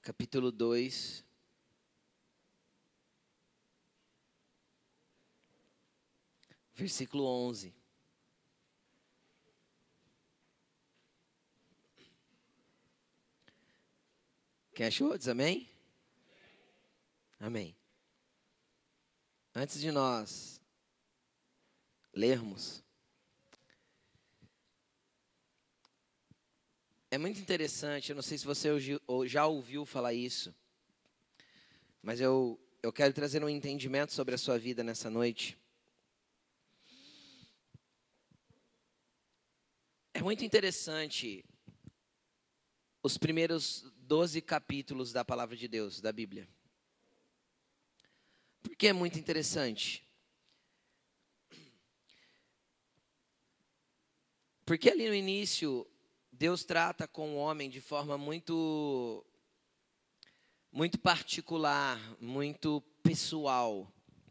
capítulo 2, versículo 11. Quem achou? Diz amém? Amém. Antes de nós lermos, é muito interessante, eu não sei se você já ouviu falar isso, mas eu quero trazer um entendimento sobre a sua vida nessa noite. É muito interessante os primeiros 12 capítulos da Palavra de Deus, da Bíblia. Por que é muito interessante? Porque ali no início, Deus trata com o homem de forma muito particular, muito pessoal.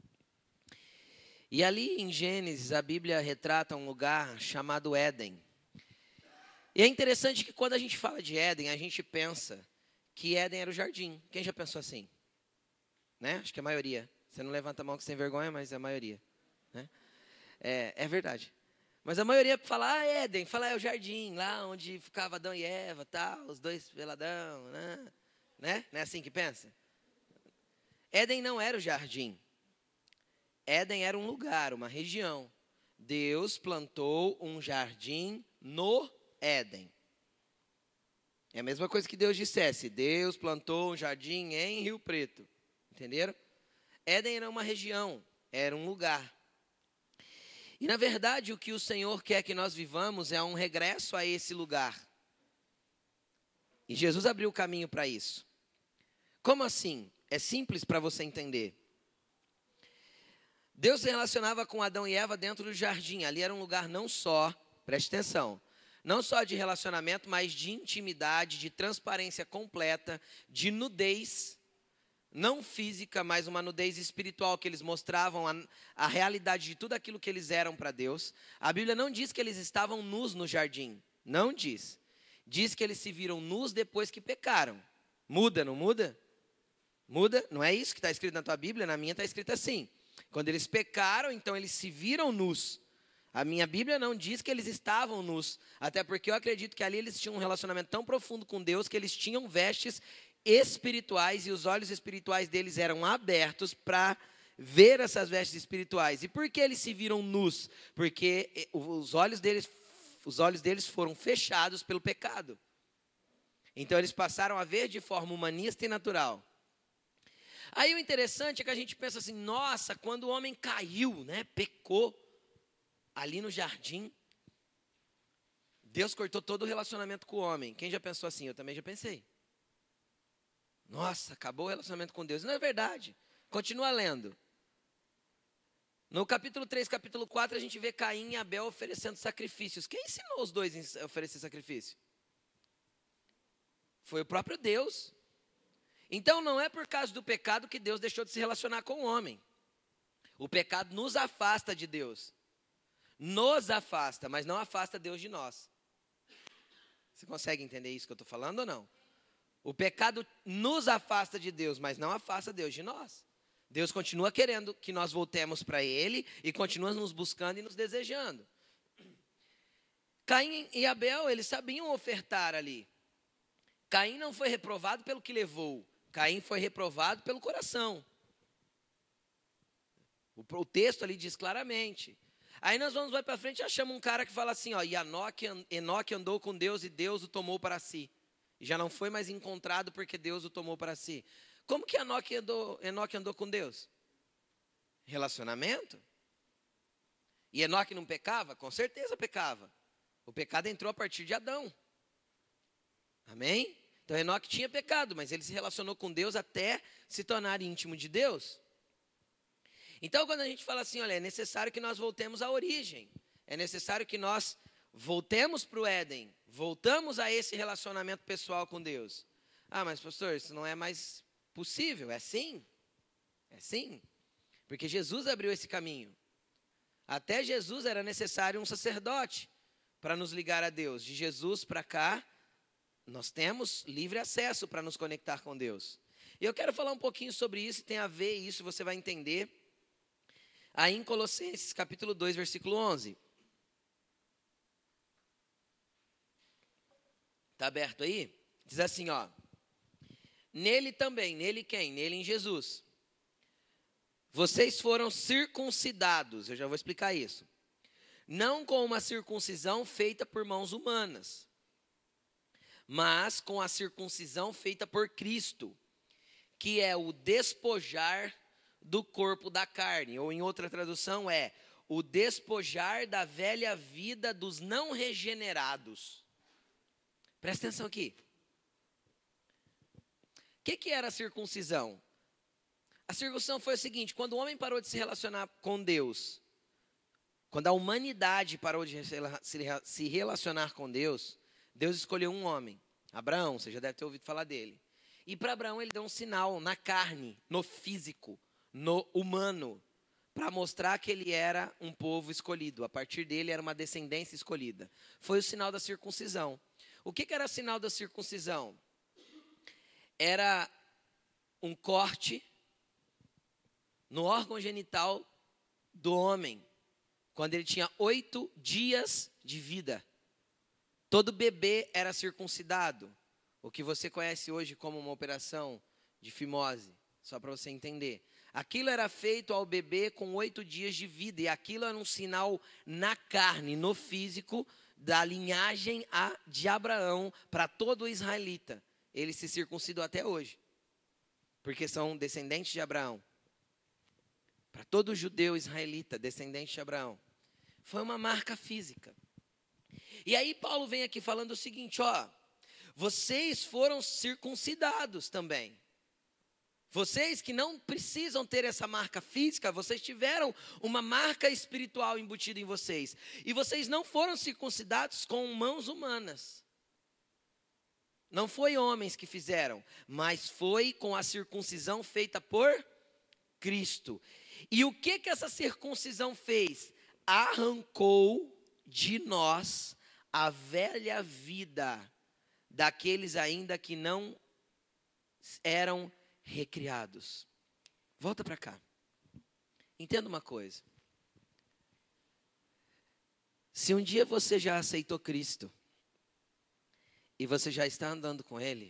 E ali em Gênesis, a Bíblia retrata um lugar chamado Éden. E é interessante que quando a gente fala de Éden, a gente pensa que Éden era o jardim. Quem já pensou assim? Né? Acho que a maioria. Você não levanta a mão que você tem vergonha, mas é a maioria. Né? É verdade. Mas a maioria fala, Éden, fala, é o jardim, lá onde ficava Adão e Eva, tal, os dois peladão, né? Não é assim que pensa? Éden não era o jardim. Éden era um lugar, uma região. Deus plantou um jardim no Éden. É a mesma coisa que Deus dissesse, Deus plantou um jardim em Rio Preto. Entenderam? Éden era uma região, era um lugar. E, na verdade, o que o Senhor quer que nós vivamos é um regresso a esse lugar. E Jesus abriu o caminho para isso. Como assim? É simples para você entender. Deus se relacionava com Adão e Eva dentro do jardim. Ali era um lugar não só, preste atenção, não só de relacionamento, mas de intimidade, de transparência completa, de nudez, não física, mas uma nudez espiritual, que eles mostravam a realidade de tudo aquilo que eles eram para Deus. A Bíblia não diz que eles estavam nus no jardim, não diz. Diz que eles se viram nus depois que pecaram. Muda, não muda? Muda? Não é isso que está escrito na tua Bíblia? Na minha está escrito assim. Quando eles pecaram, então eles se viram nus. A minha Bíblia não diz que eles estavam nus, até porque eu acredito que ali eles tinham um relacionamento tão profundo com Deus que eles tinham vestes espirituais e os olhos espirituais deles eram abertos para ver essas vestes espirituais. E por que eles se viram nus? Porque os olhos deles foram fechados pelo pecado. Então eles passaram a ver de forma humanista e natural. Aí o interessante é que a gente pensa assim, nossa, quando o homem caiu, né, pecou, ali no jardim, Deus cortou todo o relacionamento com o homem. Quem já pensou assim? Eu também já pensei. Nossa, acabou o relacionamento com Deus. Não é verdade. Continua lendo. No capítulo 3, capítulo 4, a gente vê Caim e Abel oferecendo sacrifícios. Quem ensinou os dois a oferecer sacrifício? Foi o próprio Deus. Então não é por causa do pecado que Deus deixou de se relacionar com o homem. O pecado nos afasta de Deus. Nos afasta, mas não afasta Deus de nós. Você consegue entender isso que eu estou falando ou não? O pecado nos afasta de Deus, mas não afasta Deus de nós. Deus continua querendo que nós voltemos para Ele e continua nos buscando e nos desejando. Caim e Abel, eles sabiam ofertar ali. Caim não foi reprovado pelo que levou. Caim foi reprovado pelo coração. O texto ali diz claramente. Aí nós vamos para frente e achamos um cara que fala assim, ó, e Enoque andou com Deus e Deus o tomou para si. E já não foi mais encontrado porque Deus o tomou para si. Como que Enoque andou com Deus? Relacionamento. E Enoque não pecava? Com certeza pecava. O pecado entrou a partir de Adão. Amém? Então Enoque tinha pecado, mas ele se relacionou com Deus até se tornar íntimo de Deus. Então, quando a gente fala assim, olha, é necessário que nós voltemos à origem. É necessário que nós voltemos para o Éden. Voltamos a esse relacionamento pessoal com Deus. Ah, mas pastor, isso não é mais possível. É sim. É sim. Porque Jesus abriu esse caminho. Até Jesus era necessário um sacerdote para nos ligar a Deus. De Jesus para cá, Nós temos livre acesso para nos conectar com Deus. E eu quero falar um pouquinho sobre isso, tem a ver isso, você vai entender. Aí em Colossenses capítulo 2, versículo 11. Está aberto aí? Diz assim, ó. Nele também, nele quem? Nele em Jesus. Vocês foram circuncidados, eu já vou explicar isso. Não com uma circuncisão feita por mãos humanas, mas com a circuncisão feita por Cristo, que é o despojar do corpo da carne, ou em outra tradução é o despojar da velha vida dos não regenerados. Presta atenção aqui. O que era a circuncisão? A circuncisão foi o seguinte: quando o homem parou de se relacionar com Deus, quando a humanidade parou de se relacionar com Deus, Deus escolheu um homem, Abraão, você já deve ter ouvido falar dele. E para Abraão ele deu um sinal na carne, no físico, no humano, para mostrar que ele era um povo escolhido. A partir dele era uma descendência escolhida. Foi o sinal da circuncisão. O que era o sinal da circuncisão? Era um corte no órgão genital do homem, quando ele tinha 8 dias de vida. Todo bebê era circuncidado, o que você conhece hoje como uma operação de fimose, só para você entender. Aquilo era feito ao bebê com 8 dias de vida, e aquilo era um sinal na carne, no físico, da linhagem de Abraão para todo o israelita. Ele se circuncidou até hoje, porque são descendentes de Abraão. Para todo judeu israelita, descendente de Abraão. Foi uma marca física. E aí Paulo vem aqui falando o seguinte, ó, vocês foram circuncidados também. Vocês que não precisam ter essa marca física, vocês tiveram uma marca espiritual embutida em vocês. E vocês não foram circuncidados com mãos humanas. Não foi homens que fizeram, mas foi com a circuncisão feita por Cristo. E o que essa circuncisão fez? Arrancou de nós a velha vida daqueles ainda que não eram recriados. Volta para cá. Entenda uma coisa. Se um dia você já aceitou Cristo e você já está andando com Ele,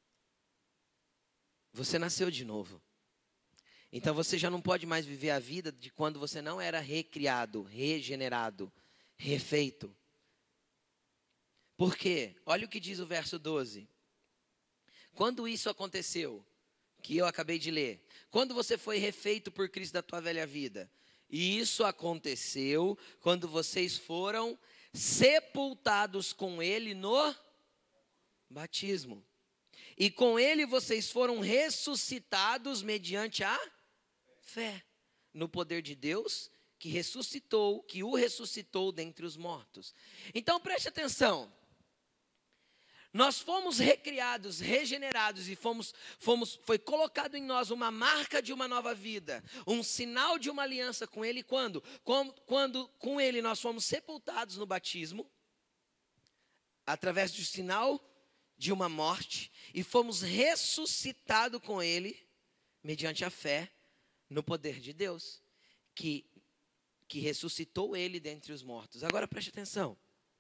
você nasceu de novo. Então você já não pode mais viver a vida de quando você não era recriado, regenerado, refeito. Por quê? Olha o que diz o verso 12. Quando isso aconteceu, que eu acabei de ler, quando você foi refeito por Cristo da tua velha vida, e isso aconteceu quando vocês foram sepultados com Ele no batismo. E com Ele vocês foram ressuscitados mediante a fé no poder de Deus que o ressuscitou dentre os mortos. Então preste atenção. Nós fomos recriados, regenerados e foi colocado em nós uma marca de uma nova vida, um sinal de uma aliança com Ele. Quando com Ele nós fomos sepultados no batismo, através do sinal de uma morte, e fomos ressuscitados com Ele, mediante a fé no poder de Deus, que ressuscitou Ele dentre os mortos. Agora preste atenção.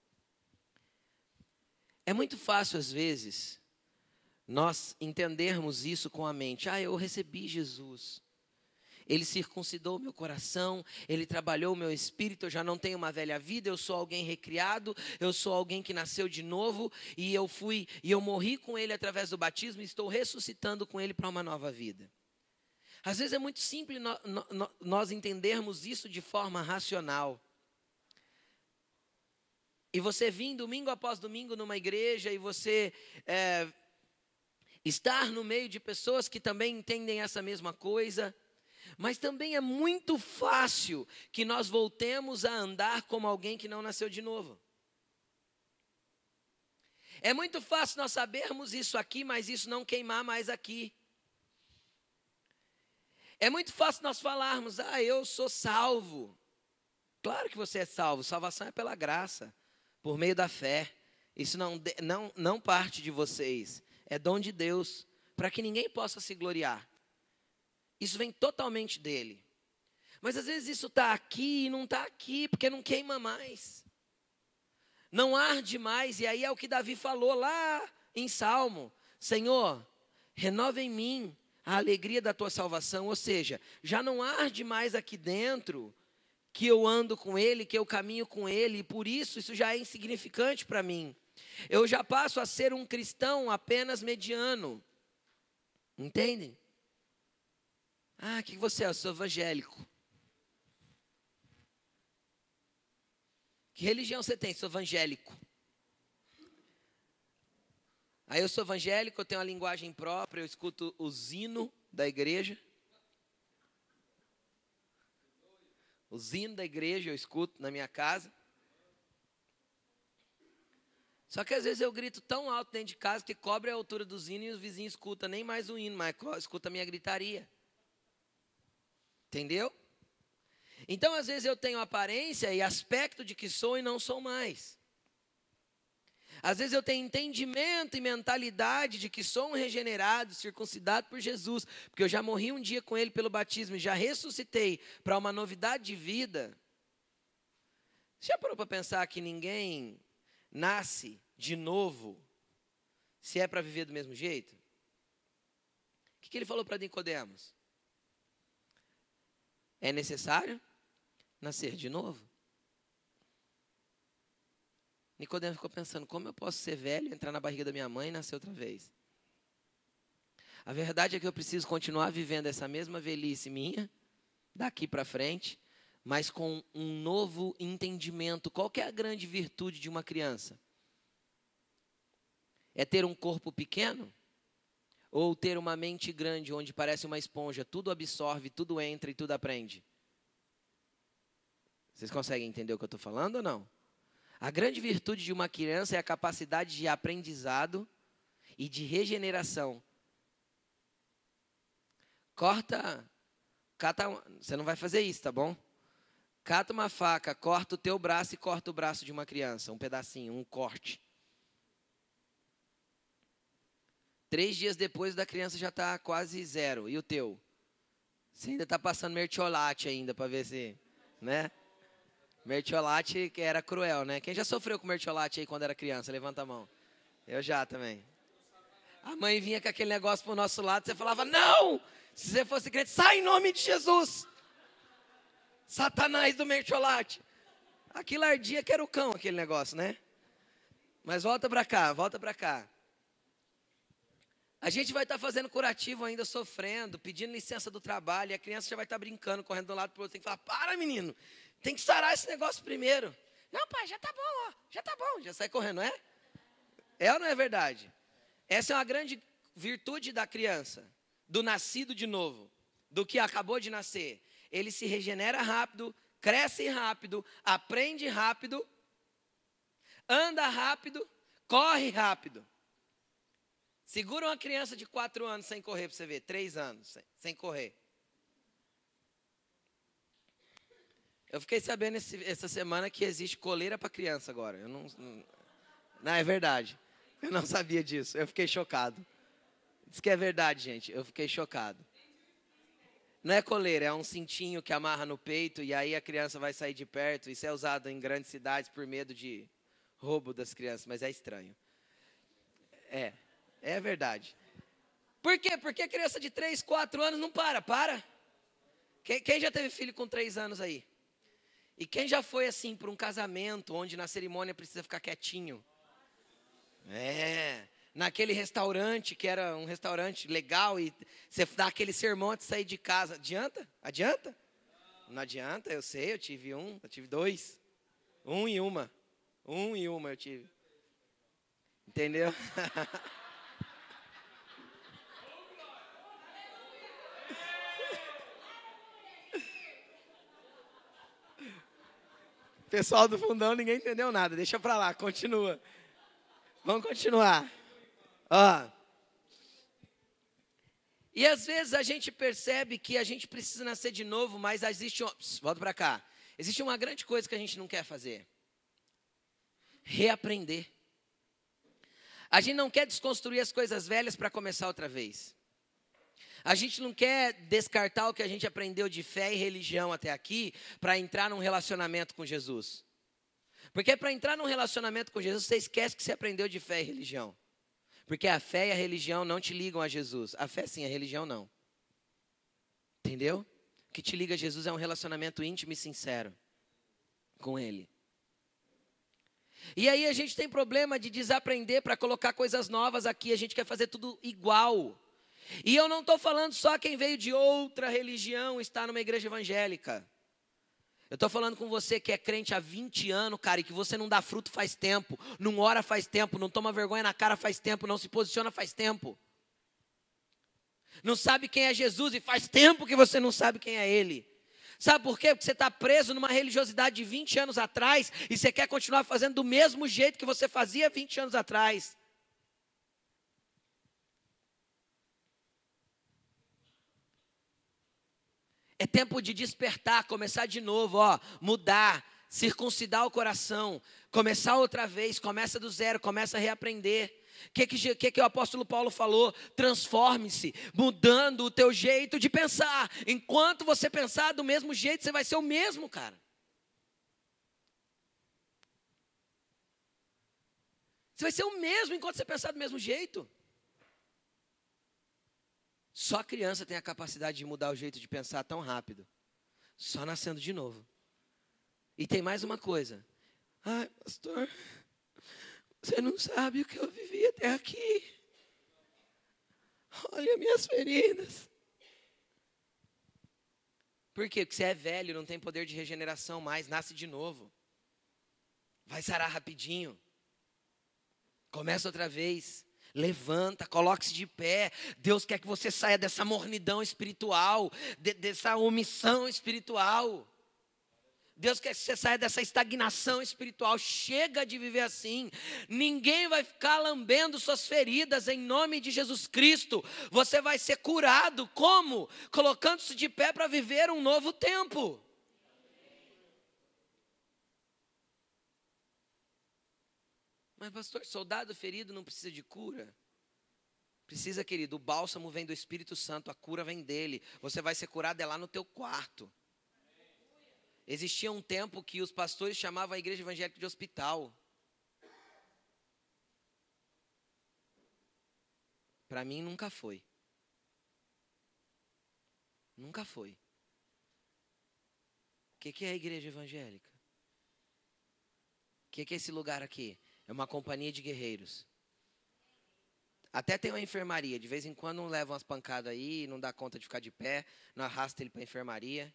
É muito fácil, às vezes, nós entendermos isso com a mente. Eu recebi Jesus. Ele circuncidou meu coração, Ele trabalhou o meu espírito, eu já não tenho uma velha vida, eu sou alguém recriado, eu sou alguém que nasceu de novo, e eu morri com Ele através do batismo e estou ressuscitando com Ele para uma nova vida. Às vezes é muito simples nós entendermos isso de forma racional. E você vir domingo após domingo numa igreja e você estar no meio de pessoas que também entendem essa mesma coisa. Mas também é muito fácil que nós voltemos a andar como alguém que não nasceu de novo. É muito fácil nós sabermos isso aqui, mas isso não queimar mais aqui. É muito fácil nós falarmos, eu sou salvo. Claro que você é salvo, salvação é pela graça, por meio da fé. Isso não parte de vocês. É dom de Deus, para que ninguém possa se gloriar. Isso vem totalmente dele. Mas às vezes isso está aqui e não está aqui, porque não queima mais. Não arde mais, e aí é o que Davi falou lá em Salmo. Senhor, renova em mim a alegria da tua salvação. Ou seja, já não arde mais aqui dentro, que eu ando com ele, que eu caminho com ele, e por isso já é insignificante para mim. Eu já passo a ser um cristão apenas mediano. Entendem? Ah, o que você é? Eu sou evangélico. Que religião você tem? Sou evangélico. Aí eu sou evangélico, eu tenho uma linguagem própria, eu escuto o hino da igreja. O hino da igreja eu escuto na minha casa. Só que às vezes eu grito tão alto dentro de casa que cobre a altura do hino e os vizinhos escutam nem mais o hino, mas escutam a minha gritaria. Entendeu? Então, às vezes eu tenho aparência e aspecto de que sou e não sou mais. Às vezes eu tenho entendimento e mentalidade de que sou um regenerado, circuncidado por Jesus, porque eu já morri um dia com ele pelo batismo e já ressuscitei para uma novidade de vida. Você já parou para pensar que ninguém nasce de novo se é para viver do mesmo jeito? O que ele falou para Nicodemos? É necessário nascer de novo? Nicodemos ficou pensando, como eu posso ser velho, entrar na barriga da minha mãe e nascer outra vez? A verdade é que eu preciso continuar vivendo essa mesma velhice minha, daqui para frente, mas com um novo entendimento. Qual que é a grande virtude de uma criança? É ter um corpo pequeno? Ou ter uma mente grande, onde parece uma esponja, tudo absorve, tudo entra e tudo aprende? Vocês conseguem entender o que eu estou falando ou não? A grande virtude de uma criança é a capacidade de aprendizado e de regeneração. Você não vai fazer isso, tá bom? Cata uma faca, corta o teu braço e corta o braço de uma criança, um pedacinho, um corte. 3 dias depois da criança já está quase zero. E o teu? Você ainda está passando mertiolate ainda para ver se, né? Mertiolate que era cruel, né? Quem já sofreu com mertiolate aí quando era criança? Levanta a mão. Eu já também. A mãe vinha com aquele negócio pro nosso lado, você falava, não! Se você fosse crente, sai em nome de Jesus! Satanás do mertiolate. Aquilo ardia que era o cão, aquele negócio, né? Mas volta para cá. A gente vai estar fazendo curativo ainda, sofrendo, pedindo licença do trabalho, e a criança já vai estar brincando, correndo de um lado para o outro. Tem que falar, para menino, tem que sarar esse negócio primeiro. Não pai, já tá bom, já tá bom. Já sai correndo, não é? É ou não é verdade? Essa é uma grande virtude da criança, do nascido de novo, do que acabou de nascer. Ele se regenera rápido, cresce rápido, aprende rápido, anda rápido, corre rápido. Segura uma criança de 4 anos sem correr para você ver, 3 anos sem correr. Eu fiquei sabendo essa semana que existe coleira para criança agora. Não, é verdade. Eu não sabia disso. Eu fiquei chocado. Diz que é verdade, gente. Eu fiquei chocado. Não é coleira, é um cintinho que amarra no peito e aí a criança vai sair de perto. Isso é usado em grandes cidades por medo de roubo das crianças, mas é estranho. É verdade. Por quê? Porque criança de 3, 4 anos não para. Quem já teve filho com 3 anos aí? E quem já foi assim para um casamento onde na cerimônia precisa ficar quietinho? Naquele restaurante que era um restaurante legal e você dá aquele sermão antes de sair de casa. Adianta? Não adianta, eu sei, eu tive 2. 1 e 1. 1 e 1 eu tive. Entendeu? Pessoal do fundão, ninguém entendeu nada. Deixa pra lá, continua. Vamos continuar. E às vezes a gente percebe que a gente precisa nascer de novo, mas volta pra cá. Existe uma grande coisa que a gente não quer fazer. Reaprender. A gente não quer desconstruir as coisas velhas para começar outra vez. A gente não quer descartar o que a gente aprendeu de fé e religião até aqui para entrar num relacionamento com Jesus. Porque para entrar num relacionamento com Jesus, você esquece que você aprendeu de fé e religião. Porque a fé e a religião não te ligam a Jesus. A fé sim, a religião não. Entendeu? O que te liga a Jesus é um relacionamento íntimo e sincero com Ele. E aí a gente tem problema de desaprender para colocar coisas novas aqui. A gente quer fazer tudo igual. E eu não estou falando só quem veio de outra religião está numa igreja evangélica. Eu estou falando com você que é crente há 20 anos, cara, e que você não dá fruto faz tempo, não ora faz tempo, não toma vergonha na cara faz tempo, não se posiciona faz tempo. Não sabe quem é Jesus e faz tempo que você não sabe quem é Ele. Sabe por quê? Porque você está preso numa religiosidade de 20 anos atrás e você quer continuar fazendo do mesmo jeito que você fazia 20 anos atrás. É tempo de despertar, começar de novo, mudar, circuncidar o coração, começar outra vez, começa do zero, começa a reaprender. O que o apóstolo Paulo falou? Transforme-se, mudando o teu jeito de pensar. Enquanto você pensar do mesmo jeito, você vai ser o mesmo, cara. Você vai ser o mesmo enquanto você pensar do mesmo jeito. Só criança tem a capacidade de mudar o jeito de pensar tão rápido. Só nascendo de novo. E tem mais uma coisa. Ai, pastor, você não sabe o que eu vivi até aqui. Olha minhas feridas. Por quê? Porque você é velho, não tem poder de regeneração mais, nasce de novo. Vai sarar rapidinho. Começa outra vez. Levanta, coloque-se de pé. Deus quer que você saia dessa mornidão espiritual, dessa omissão espiritual. Deus quer que você saia dessa estagnação espiritual. Chega de viver assim. Ninguém vai ficar lambendo suas feridas em nome de Jesus Cristo. Você vai ser curado. Como? Colocando-se de pé para viver um novo tempo. Mas pastor, soldado ferido não precisa de cura? Precisa, querido. O bálsamo vem do Espírito Santo, a cura vem dele. Você vai ser curado lá no teu quarto. Existia um tempo que os pastores chamavam a igreja evangélica de hospital. Para mim nunca foi. Nunca foi. O que é a igreja evangélica? O que é esse lugar aqui? É uma companhia de guerreiros. Até tem uma enfermaria. De vez em quando não leva umas pancadas aí, não dá conta de ficar de pé, não arrasta ele para a enfermaria.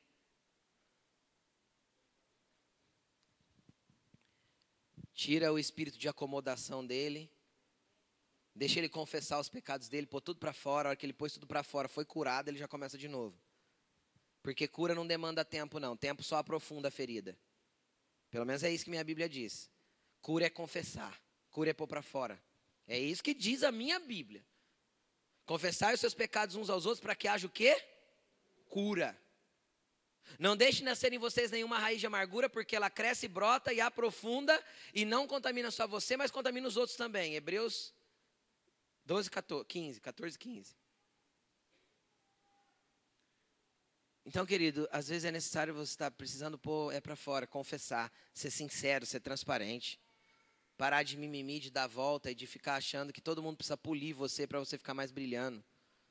Tira o espírito de acomodação dele. Deixa ele confessar os pecados dele, pôr tudo para fora. A hora que ele pôs tudo para fora, foi curado, ele já começa de novo. Porque cura não demanda tempo, não. Tempo só aprofunda a ferida. Pelo menos é isso que minha Bíblia diz. Cura é confessar. Cura é pôr para fora. É isso que diz a minha Bíblia. Confessai os seus pecados uns aos outros para que haja o quê? Cura. Não deixe nascer em vocês nenhuma raiz de amargura, porque ela cresce, brota e aprofunda e não contamina só você, mas contamina os outros também. Hebreus 14, 15. Então, querido, às vezes é necessário você estar precisando pôr para fora, confessar, ser sincero, ser transparente. Parar de mimimi, de dar volta e de ficar achando que todo mundo precisa polir você para você ficar mais brilhando.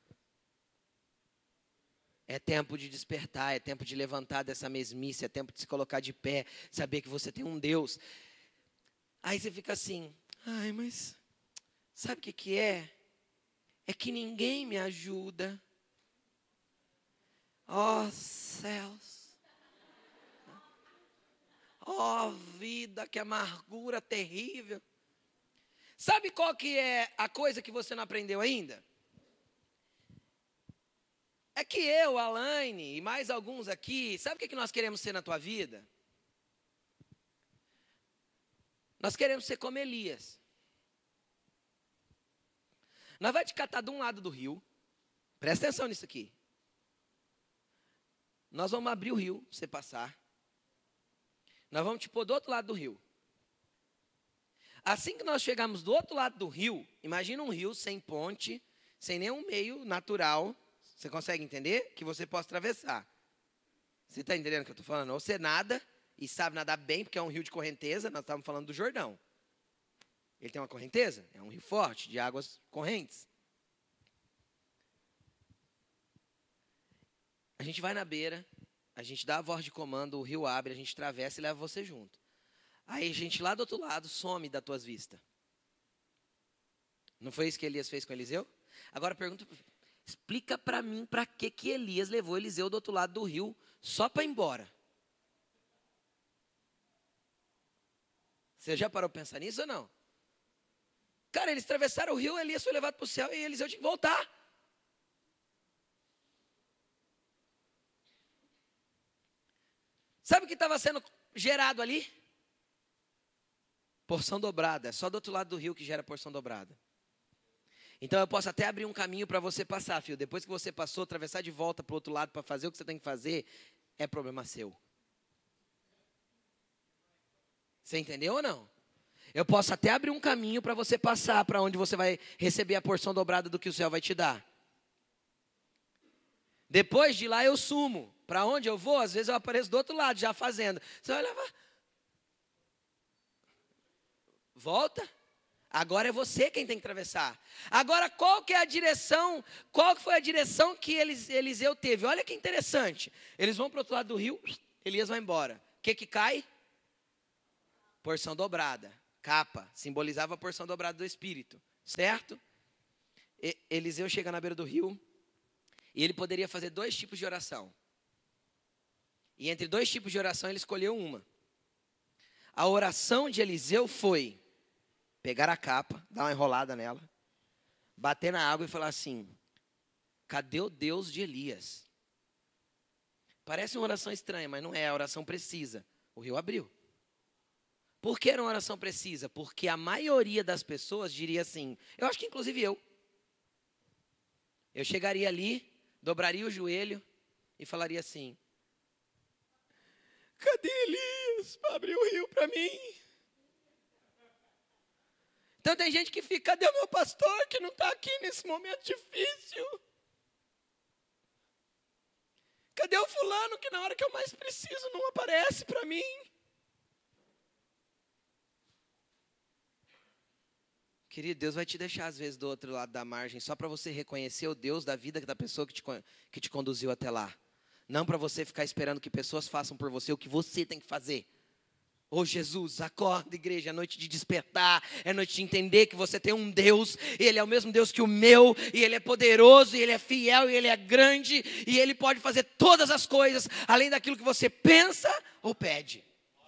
É tempo de despertar, é tempo de levantar dessa mesmice, é tempo de se colocar de pé, saber que você tem um Deus. Aí você fica assim, ai, mas sabe o que é? É que ninguém me ajuda. Ó céus. Ó vida, que amargura terrível. Sabe qual que é a coisa que você não aprendeu ainda? É que eu, Alaine e mais alguns aqui, sabe o que nós queremos ser na tua vida? Nós queremos ser como Elias. Nós vamos te catar de um lado do rio. Presta atenção nisso aqui. Nós vamos abrir o rio para você passar. Nós vamos te pôr do outro lado do rio. Assim que nós chegamos do outro lado do rio, imagina um rio sem ponte, sem nenhum meio natural, você consegue entender? Que você possa atravessar. Você está entendendo o que eu estou falando? Ou você nada, e sabe nadar bem, porque é um rio de correnteza, nós estávamos falando do Jordão. Ele tem uma correnteza, é um rio forte, de águas correntes. A gente vai na beira, a gente dá a voz de comando, o rio abre, a gente atravessa e leva você junto. Aí a gente lá do outro lado some das tuas vistas. Não foi isso que Elias fez com Eliseu? Agora pergunta, explica para mim para que Elias levou Eliseu do outro lado do rio só para ir embora. Você já parou para pensar nisso ou não? Cara, eles atravessaram o rio, Elias foi levado para o céu e Eliseu tinha que voltar. Sabe o que estava sendo gerado ali? Porção dobrada. É só do outro lado do rio que gera porção dobrada. Então eu posso até abrir um caminho para você passar, filho. Depois que você passou, atravessar de volta para o outro lado para fazer o que você tem que fazer, é problema seu. Você entendeu ou não? Eu posso até abrir um caminho para você passar para onde você vai receber a porção dobrada do que o céu vai te dar. Depois de lá eu sumo. Para onde eu vou, às vezes eu apareço do outro lado, já fazendo. Você vai levar. Volta. Agora é você quem tem que atravessar. Agora qual que é a direção? Qual que foi a direção que Eliseu teve? Olha que interessante. Eles vão para o outro lado do rio, Elias vai embora. O que cai? Porção dobrada. Capa, simbolizava a porção dobrada do Espírito, certo? Eliseu chega na beira do rio e ele poderia fazer 2 tipos de oração. E entre 2 tipos de oração ele escolheu uma. A oração de Eliseu foi pegar a capa, dar uma enrolada nela, bater na água e falar assim: cadê o Deus de Elias? Parece uma oração estranha, mas não é, a oração precisa. O rio abriu. Por que era uma oração precisa? Porque a maioria das pessoas diria assim, eu acho que inclusive eu chegaria ali, dobraria o joelho e falaria assim: cadê Elias para abrir o rio para mim? Então tem gente que fica, cadê o meu pastor que não está aqui nesse momento difícil? Cadê o fulano que na hora que eu mais preciso não aparece para mim? Querido, Deus vai te deixar às vezes do outro lado da margem só para você reconhecer o Deus da vida da pessoa que te conduziu até lá. Não para você ficar esperando que pessoas façam por você o que você tem que fazer. Ô Jesus, acorda, igreja, é noite de despertar, é noite de entender que você tem um Deus, e Ele é o mesmo Deus que o meu, e Ele é poderoso, e Ele é fiel, e Ele é grande, e Ele pode fazer todas as coisas, além daquilo que você pensa ou pede.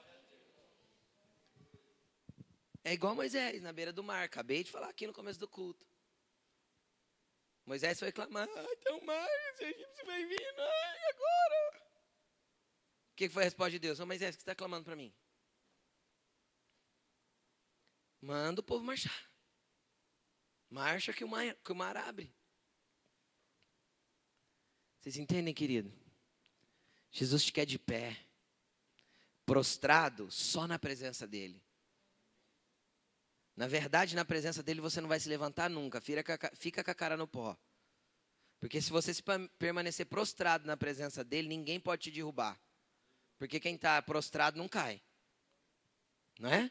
É igual Moisés, na beira do mar, acabei de falar aqui no começo do culto. Moisés foi clamar, tem um mar, esse egípcio vai vindo, agora. O que foi a resposta de Deus? Ô Moisés, o que você está clamando para mim? Manda o povo marchar. Marcha que o mar abre. Vocês entendem, querido? Jesus te quer de pé, prostrado, só na presença dEle. Na verdade, na presença dEle você não vai se levantar nunca. Fica com a cara no pó. Porque se você permanecer prostrado na presença dEle, ninguém pode te derrubar. Porque quem está prostrado não cai. Não é?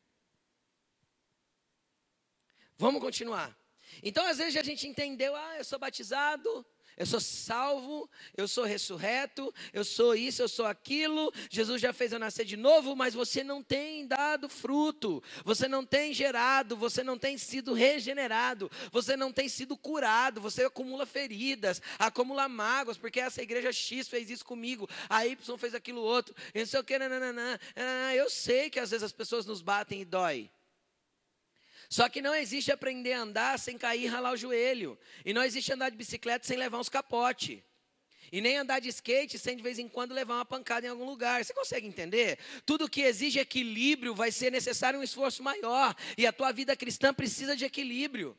Vamos continuar. Então, às vezes a gente entendeu, eu sou batizado, eu sou salvo, eu sou ressurreto, eu sou isso, eu sou aquilo, Jesus já fez eu nascer de novo, mas você não tem dado fruto, você não tem gerado, você não tem sido regenerado, você não tem sido curado, você acumula feridas, acumula mágoas, porque essa igreja X fez isso comigo, a Y fez aquilo outro, eu não sei o que, eu sei que às vezes as pessoas nos batem e dói. Só que não existe aprender a andar sem cair e ralar o joelho. E não existe andar de bicicleta sem levar uns capotes. E nem andar de skate sem de vez em quando levar uma pancada em algum lugar. Você consegue entender? Tudo que exige equilíbrio vai ser necessário um esforço maior. E a tua vida cristã precisa de equilíbrio.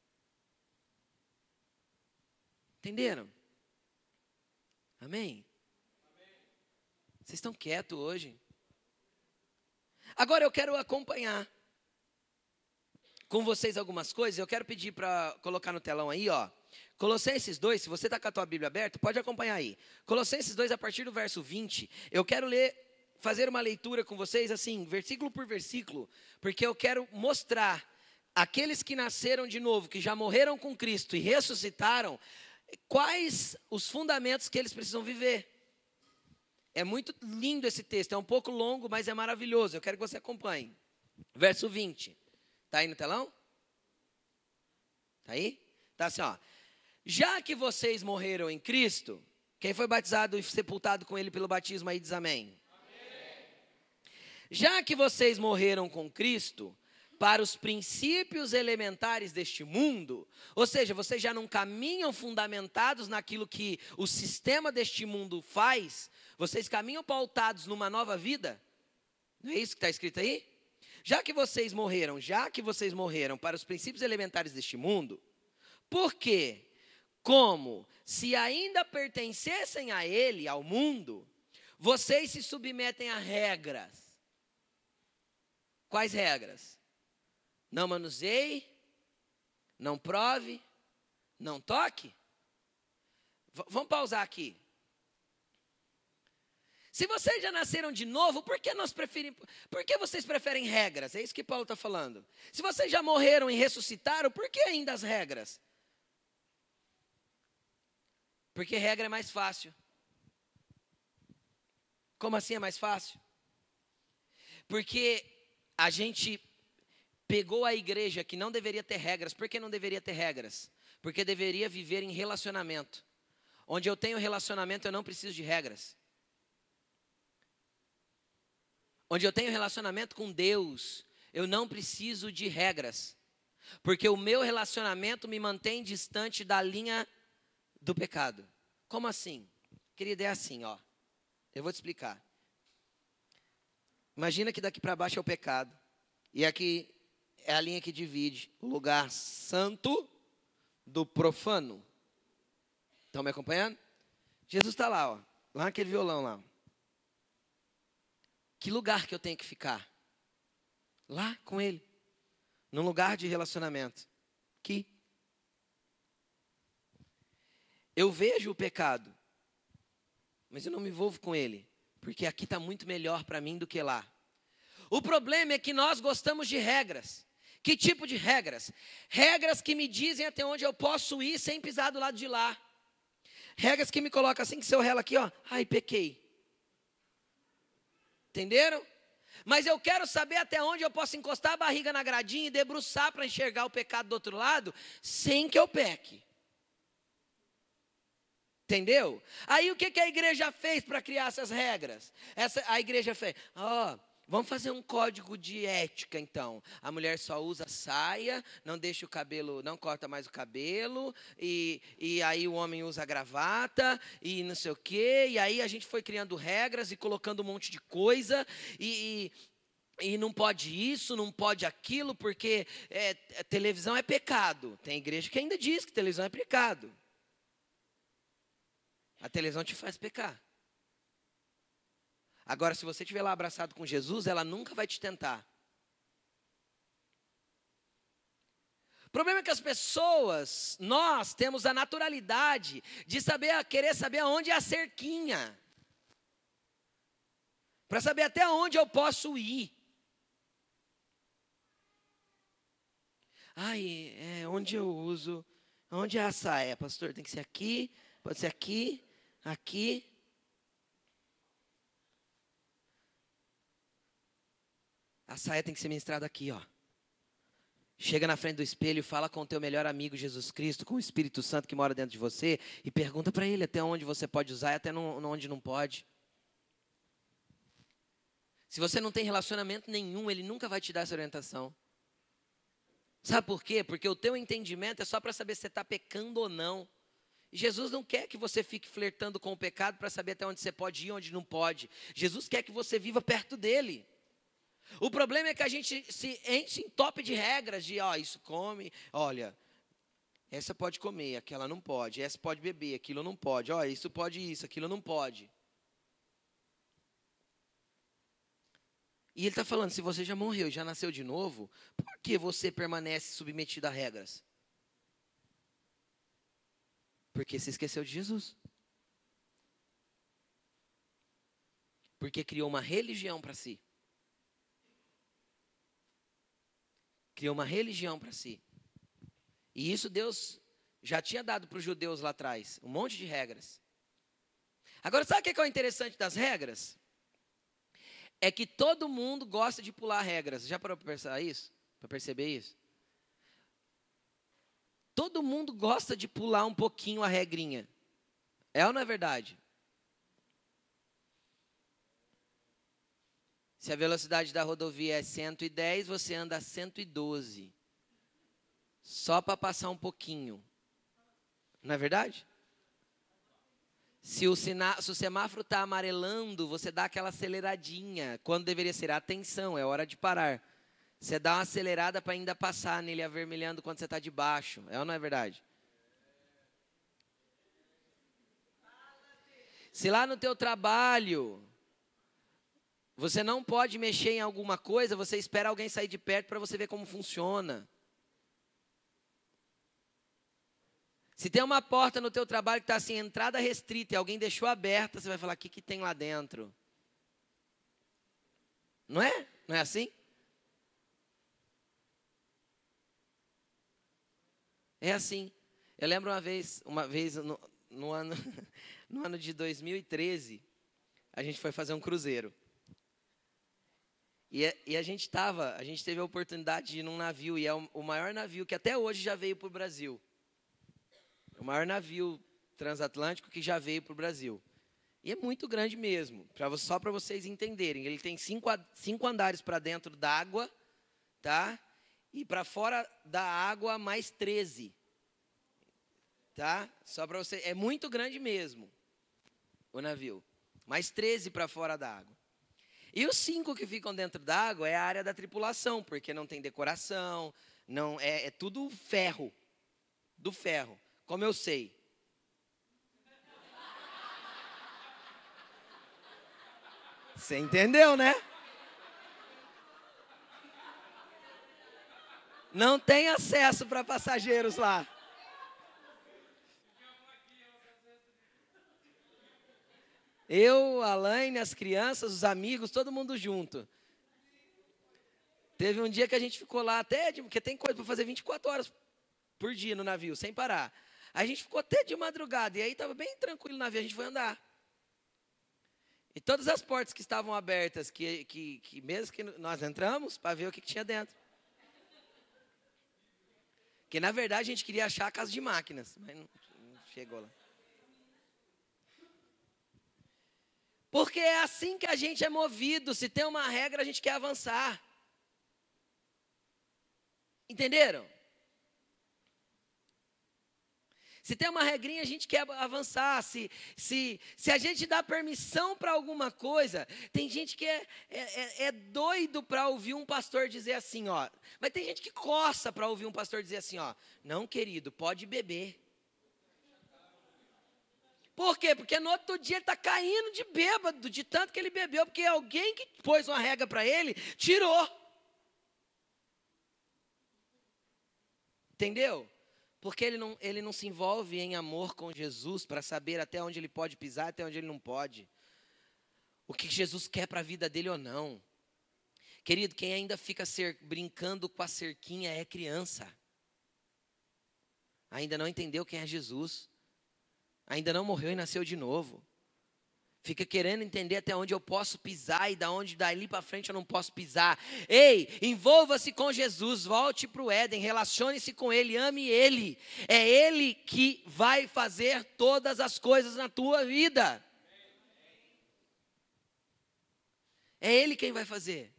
Entenderam? Amém? Vocês estão quietos hoje? Agora eu quero acompanhar. com vocês algumas coisas. Eu quero pedir para colocar no telão aí, ó. Colossenses 2, se você está com a tua Bíblia aberta, pode acompanhar aí. Colossenses 2, a partir do verso 20, eu quero fazer uma leitura com vocês, assim, versículo por versículo, porque eu quero mostrar aqueles que nasceram de novo, que já morreram com Cristo e ressuscitaram, quais os fundamentos que eles precisam viver. É muito lindo esse texto, é um pouco longo, mas é maravilhoso. Eu quero que você acompanhe. Verso 20. Está aí no telão? Está aí? Está assim, ó. Já que vocês morreram em Cristo, quem foi batizado e sepultado com Ele pelo batismo aí diz amém. Amém. Já que vocês morreram com Cristo, para os princípios elementares deste mundo, ou seja, vocês já não caminham fundamentados naquilo que o sistema deste mundo faz, vocês caminham pautados numa nova vida, não é isso que está escrito aí? Já que vocês morreram para os princípios elementares deste mundo, por quê? Como se ainda pertencessem a ele, ao mundo, vocês se submetem a regras. Quais regras? Não manuseie, não prove, não toque. Vamos pausar aqui. Se vocês já nasceram de novo, por que vocês preferem regras? É isso que Paulo está falando. Se vocês já morreram e ressuscitaram, por que ainda as regras? Porque regra é mais fácil. Como assim é mais fácil? Porque a gente pegou a igreja que não deveria ter regras. Por que não deveria ter regras? Porque deveria viver em relacionamento. Onde eu tenho relacionamento, eu não preciso de regras. Onde eu tenho relacionamento com Deus, eu não preciso de regras. Porque o meu relacionamento me mantém distante da linha do pecado. Como assim? Querida, é assim, ó. Eu vou te explicar. Imagina que daqui para baixo é o pecado. E aqui é a linha que divide o lugar santo do profano. Estão me acompanhando? Jesus está lá, ó. Lá naquele violão lá. Que lugar que eu tenho que ficar? Lá com ele. Num lugar de relacionamento. Aqui. Eu vejo o pecado, mas eu não me envolvo com ele, porque aqui está muito melhor para mim do que lá. O problema é que nós gostamos de regras. Que tipo de regras? Regras que me dizem até onde eu posso ir sem pisar do lado de lá. Regras que me colocam assim, que se eu relo aqui, ó, ai, pequei. Entenderam? Mas eu quero saber até onde eu posso encostar a barriga na gradinha e debruçar para enxergar o pecado do outro lado, sem que eu peque. Entendeu? Aí o que a igreja fez para criar essas regras? A igreja fez, vamos fazer um código de ética então. A mulher só usa saia, não deixa o cabelo, não corta mais o cabelo, e aí o homem usa gravata, e não sei o quê, e aí a gente foi criando regras e colocando um monte de coisa, e não pode isso, não pode aquilo, porque televisão é pecado. Tem igreja que ainda diz que televisão é pecado. A televisão te faz pecar. Agora, se você estiver lá abraçado com Jesus, ela nunca vai te tentar. O problema é que as pessoas, nós temos a naturalidade de querer saber aonde é a cerquinha. Para saber até onde eu posso ir. Onde eu uso, onde é a saia? Pastor, tem que ser aqui, pode ser aqui. Aqui, a saia tem que ser ministrada aqui, ó. Chega na frente do espelho, fala com o teu melhor amigo Jesus Cristo, com o Espírito Santo que mora dentro de você, e pergunta para ele até onde você pode usar e até onde não pode. Se você não tem relacionamento nenhum, ele nunca vai te dar essa orientação. Sabe por quê? Porque o teu entendimento é só para saber se você está pecando ou não. Jesus não quer que você fique flertando com o pecado para saber até onde você pode ir e onde não pode. Jesus quer que você viva perto dele. O problema é que a gente se enche em top de regras, de isso come, olha, essa pode comer, aquela não pode, essa pode beber, aquilo não pode, isso pode isso, aquilo não pode. E ele está falando, se você já morreu e já nasceu de novo, por que você permanece submetido a regras? Porque se esqueceu de Jesus. Porque criou uma religião para si. Criou uma religião para si. E isso Deus já tinha dado para os judeus lá atrás. Um monte de regras. Agora, sabe o que é o interessante das regras? É que todo mundo gosta de pular regras. Já parou para pensar isso? Para perceber isso? Todo mundo gosta de pular um pouquinho a regrinha. É ou não é verdade? Se a velocidade da rodovia é 110, você anda a 112. Só para passar um pouquinho. Não é verdade? Se o semáforo está amarelando, você dá aquela aceleradinha. Quando deveria ser, atenção, é hora de parar. Você dá uma acelerada para ainda passar nele avermelhando quando você está de baixo. É ou não é verdade? Se lá no teu trabalho, você não pode mexer em alguma coisa, você espera alguém sair de perto para você ver como funciona. Se tem uma porta no teu trabalho que está assim, entrada restrita, e alguém deixou aberta, você vai falar, o que tem lá dentro? Não é? Não é assim? É assim. Eu lembro uma vez no ano, no ano de 2013, a gente foi fazer um cruzeiro. E a gente teve a oportunidade de ir num navio, e é o maior navio que até hoje já veio para o Brasil. O maior navio transatlântico que já veio para o Brasil. E é muito grande mesmo, só para vocês entenderem. Ele tem 5 andares para dentro d'água, tá? E para fora da água, mais 13. Tá? Só para você. É muito grande mesmo, o navio. Mais 13 para fora da água. E os 5 que ficam dentro d'água é a área da tripulação, porque não tem decoração, não é tudo ferro. Do ferro. Como eu sei? Você entendeu, né? Não tem acesso para passageiros lá. Eu, a Alaine, as crianças, os amigos, todo mundo junto. Teve um dia que a gente ficou lá até, porque tem coisa para fazer 24 horas por dia no navio, sem parar. A gente ficou até de madrugada, e aí estava bem tranquilo no navio, a gente foi andar. E todas as portas que estavam abertas, que mesmo que nós entramos, para ver o que tinha dentro. Porque, na verdade, a gente queria achar a casa de máquinas, mas não chegou lá. Porque é assim que a gente é movido. Se tem uma regra, a gente quer avançar. Entenderam? Se tem uma regrinha, a gente quer avançar. Se a gente dá permissão para alguma coisa, tem gente que é doido para ouvir um pastor dizer assim, ó. Mas tem gente que coça para ouvir um pastor dizer assim, ó. Não, querido, pode beber. Por quê? Porque no outro dia ele está caindo de bêbado, de tanto que ele bebeu, porque alguém que pôs uma regra para ele, tirou. Entendeu? Porque ele não se envolve em amor com Jesus para saber até onde ele pode pisar, até onde ele não pode. O que Jesus quer para a vida dele ou não. Querido, quem ainda fica brincando com a cerquinha é criança. Ainda não entendeu quem é Jesus. Ainda não morreu e nasceu de novo. Fica querendo entender até onde eu posso pisar e dali para frente eu não posso pisar. Ei, envolva-se com Jesus, volte para o Éden, relacione-se com Ele, ame Ele. É Ele que vai fazer todas as coisas na tua vida. É Ele quem vai fazer.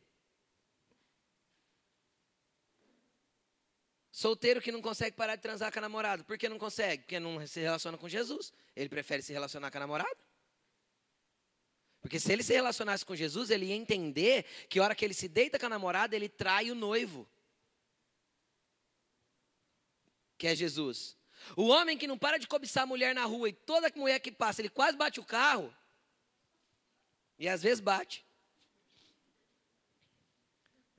Solteiro que não consegue parar de transar com a namorada. Por que não consegue? Porque não se relaciona com Jesus. Ele prefere se relacionar com a namorada. Porque se ele se relacionasse com Jesus, ele ia entender que a hora que ele se deita com a namorada, ele trai o noivo. Que é Jesus. O homem que não para de cobiçar a mulher na rua e toda mulher que passa, ele quase bate o carro. E às vezes bate.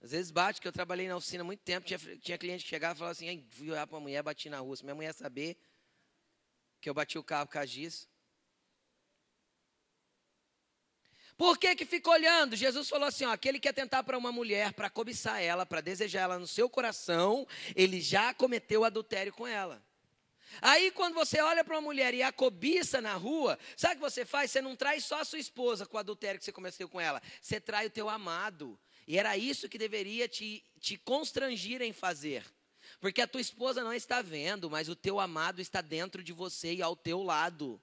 Às vezes bate, que eu trabalhei na oficina há muito tempo, tinha cliente que chegava e falava assim, fui olhar para a mulher, bati na rua. Se minha mulher saber que eu bati o carro por causa disso. Por que fica olhando? Jesus falou assim, aquele que atentar para uma mulher, para cobiçar ela, para desejar ela no seu coração, ele já cometeu adultério com ela. Aí quando você olha para uma mulher e a cobiça na rua, sabe o que você faz? Você não traz só a sua esposa com o adultério que você cometeu com ela, você trai o teu amado. E era isso que deveria te constrangir em fazer. Porque a tua esposa não está vendo, mas o teu amado está dentro de você e ao teu lado.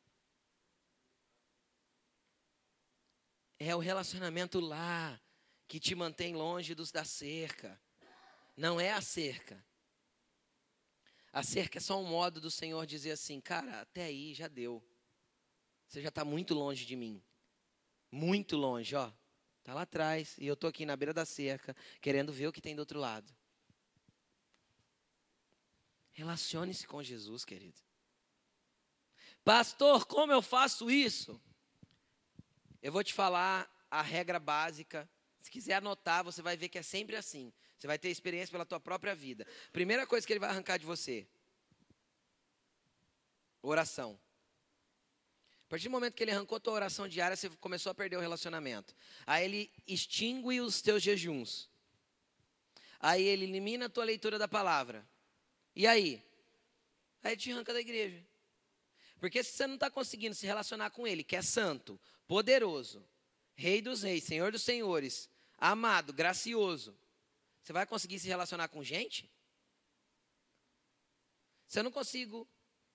É o relacionamento lá que te mantém longe da cerca. Não é a cerca. A cerca é só um modo do Senhor dizer assim, cara, até aí já deu. Você já está muito longe de mim. Muito longe, ó. Está lá atrás e eu estou aqui na beira da cerca, querendo ver o que tem do outro lado. Relacione-se com Jesus, querido. Pastor, como eu faço isso? Eu vou te falar a regra básica. Se quiser anotar, você vai ver que é sempre assim. Você vai ter experiência pela tua própria vida. Primeira coisa que ele vai arrancar de você. Oração. A partir do momento que ele arrancou a tua oração diária, você começou a perder o relacionamento. Aí ele extingue os teus jejuns. Aí ele elimina a tua leitura da palavra. E aí? Aí ele te arranca da igreja. Porque se você não está conseguindo se relacionar com ele, que é santo, poderoso, rei dos reis, senhor dos senhores, amado, gracioso, você vai conseguir se relacionar com gente? Se eu não consigo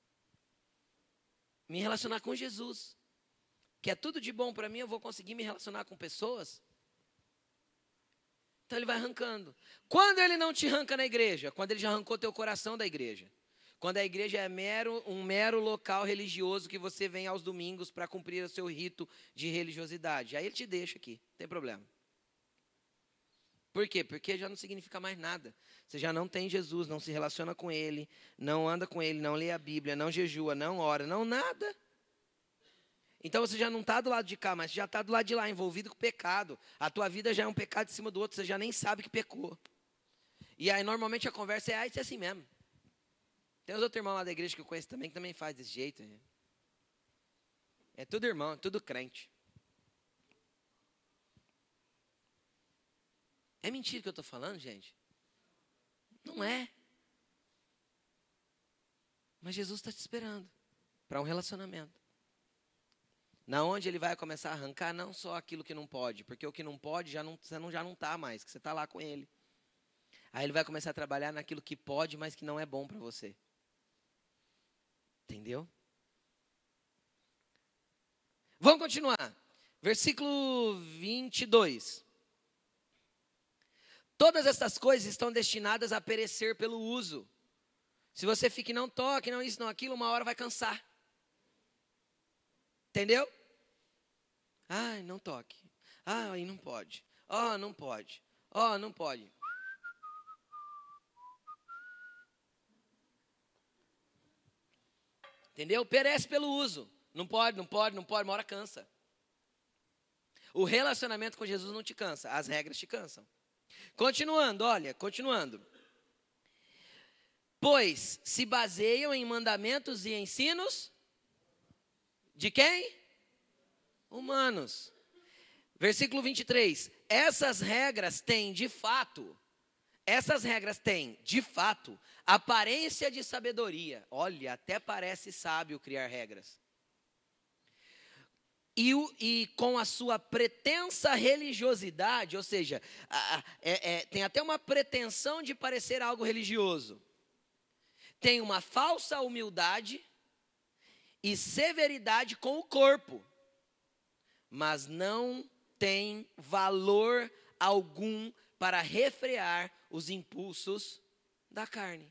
me relacionar com Jesus, que é tudo de bom para mim, eu vou conseguir me relacionar com pessoas? Então ele vai arrancando. Quando ele não te arranca na igreja? Quando ele já arrancou teu coração da igreja. Quando a igreja é um mero local religioso que você vem aos domingos para cumprir o seu rito de religiosidade. Aí ele te deixa aqui, não tem problema. Por quê? Porque já não significa mais nada. Você já não tem Jesus, não se relaciona com ele, não anda com ele, não lê a Bíblia, não jejua, não ora, não nada. Então você já não está do lado de cá, mas já está do lado de lá, envolvido com o pecado. A tua vida já é um pecado em cima do outro, você já nem sabe que pecou. E aí normalmente a conversa é, isso é assim mesmo. Tem os outros irmãos lá da igreja que eu conheço também, que também faz desse jeito. É tudo irmão, é tudo crente. É mentira que eu estou falando, gente? Não é. Mas Jesus está te esperando para um relacionamento. Na onde ele vai começar a arrancar não só aquilo que não pode, porque o que não pode você já não está mais, que você está lá com ele. Aí ele vai começar a trabalhar naquilo que pode, mas que não é bom para você. Entendeu? Vamos continuar. Versículo 22. Todas essas coisas estão destinadas a perecer pelo uso. Se você fica não toque, não isso, não aquilo, uma hora vai cansar. Entendeu? Ai, não toque. Ai, não pode. Ó, não pode. Ó, não pode. Entendeu? Perece pelo uso. Não pode, uma hora cansa. O relacionamento com Jesus não te cansa, as regras te cansam. Continuando. Pois se baseiam em mandamentos e ensinos de quem? Humanos. Versículo 23. Essas regras têm, de fato, aparência de sabedoria. Olha, até parece sábio criar regras. E com a sua pretensa religiosidade, ou seja, tem até uma pretensão de parecer algo religioso. Tem uma falsa humildade e severidade com o corpo, mas não tem valor algum para refrear os impulsos da carne.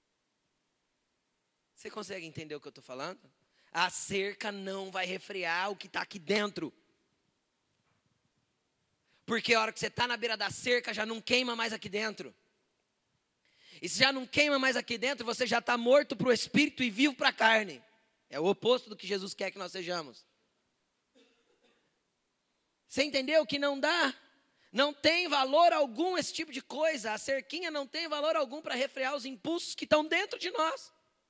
Você consegue entender o que eu estou falando? A cerca não vai refrear o que está aqui dentro. Porque a hora que você está na beira da cerca, já não queima mais aqui dentro. E se já não queima mais aqui dentro, você já está morto para o espírito e vivo para a carne. É o oposto do que Jesus quer que nós sejamos. Você entendeu que não dá? Não tem valor algum esse tipo de coisa. A cerquinha não tem valor algum para refrear os impulsos que estão dentro de nós.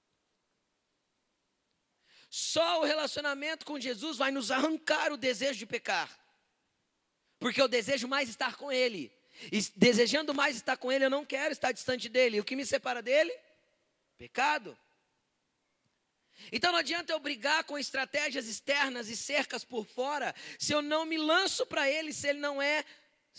Só o relacionamento com Jesus vai nos arrancar o desejo de pecar. Porque eu desejo mais estar com Ele. E desejando mais estar com Ele, eu não quero estar distante dEle. E o que me separa dEle? Pecado. Então não adianta eu brigar com estratégias externas e cercas por fora, se eu não me lanço para Ele, se Ele não é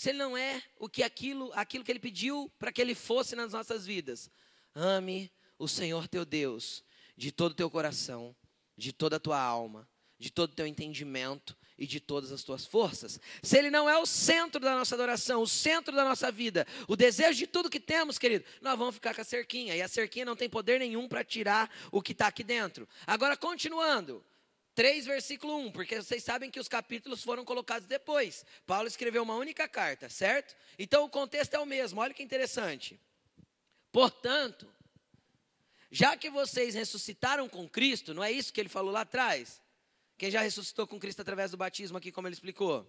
aquilo que Ele pediu para que Ele fosse nas nossas vidas. Ame o Senhor teu Deus de todo o teu coração, de toda a tua alma, de todo o teu entendimento e de todas as tuas forças. Se Ele não é o centro da nossa adoração, o centro da nossa vida, o desejo de tudo que temos, querido, nós vamos ficar com a cerquinha. E a cerquinha não tem poder nenhum para tirar o que está aqui dentro. Agora, continuando. 3, versículo 1, porque vocês sabem que os capítulos foram colocados depois. Paulo escreveu uma única carta, certo? Então o contexto é o mesmo, olha que interessante. Portanto, já que vocês ressuscitaram com Cristo, não é isso que ele falou lá atrás? Quem já ressuscitou com Cristo através do batismo aqui, como ele explicou?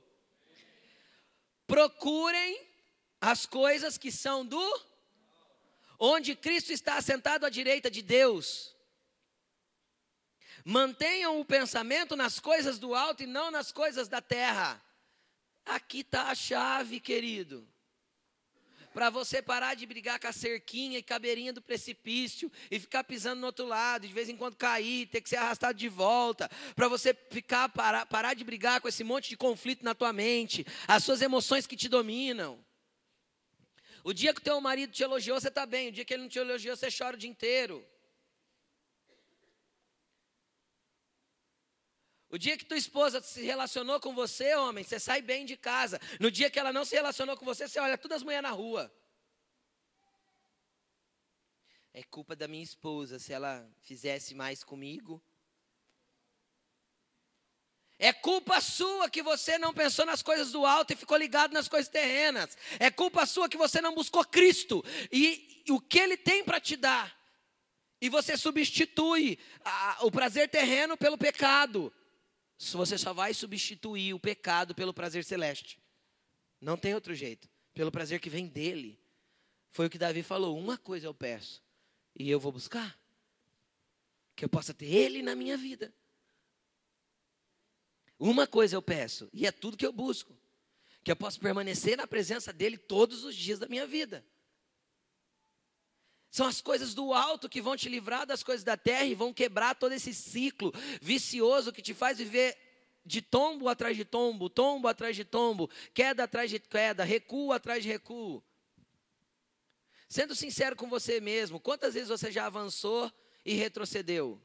Procurem as coisas que são onde Cristo está assentado à direita de Deus. Mantenham o pensamento nas coisas do alto e não nas coisas da terra. Aqui está a chave, querido. Para você parar de brigar com a cerquinha e com a beirinha do precipício e ficar pisando no outro lado, de vez em quando cair, ter que ser arrastado de volta. Para você parar de brigar com esse monte de conflito na tua mente, as suas emoções que te dominam. O dia que o teu marido te elogiou, você está bem. O dia que ele não te elogiou, você chora o dia inteiro. O dia que tua esposa se relacionou com você, homem, você sai bem de casa. No dia que ela não se relacionou com você, você olha todas as mulheres na rua. É culpa da minha esposa, se ela fizesse mais comigo. É culpa sua que você não pensou nas coisas do alto e ficou ligado nas coisas terrenas. É culpa sua que você não buscou Cristo e o que Ele tem para te dar. E você substitui o prazer terreno pelo pecado. Você só vai substituir o pecado pelo prazer celeste. Não tem outro jeito. Pelo prazer que vem dele. Foi o que Davi falou. Uma coisa eu peço. E eu vou buscar. Que eu possa ter ele na minha vida. Uma coisa eu peço. E é tudo que eu busco. Que eu possa permanecer na presença dele todos os dias da minha vida. São as coisas do alto que vão te livrar das coisas da terra e vão quebrar todo esse ciclo vicioso que te faz viver de tombo atrás de tombo, tombo atrás de tombo, queda atrás de queda, recuo atrás de recuo. Sendo sincero com você mesmo, quantas vezes você já avançou e retrocedeu?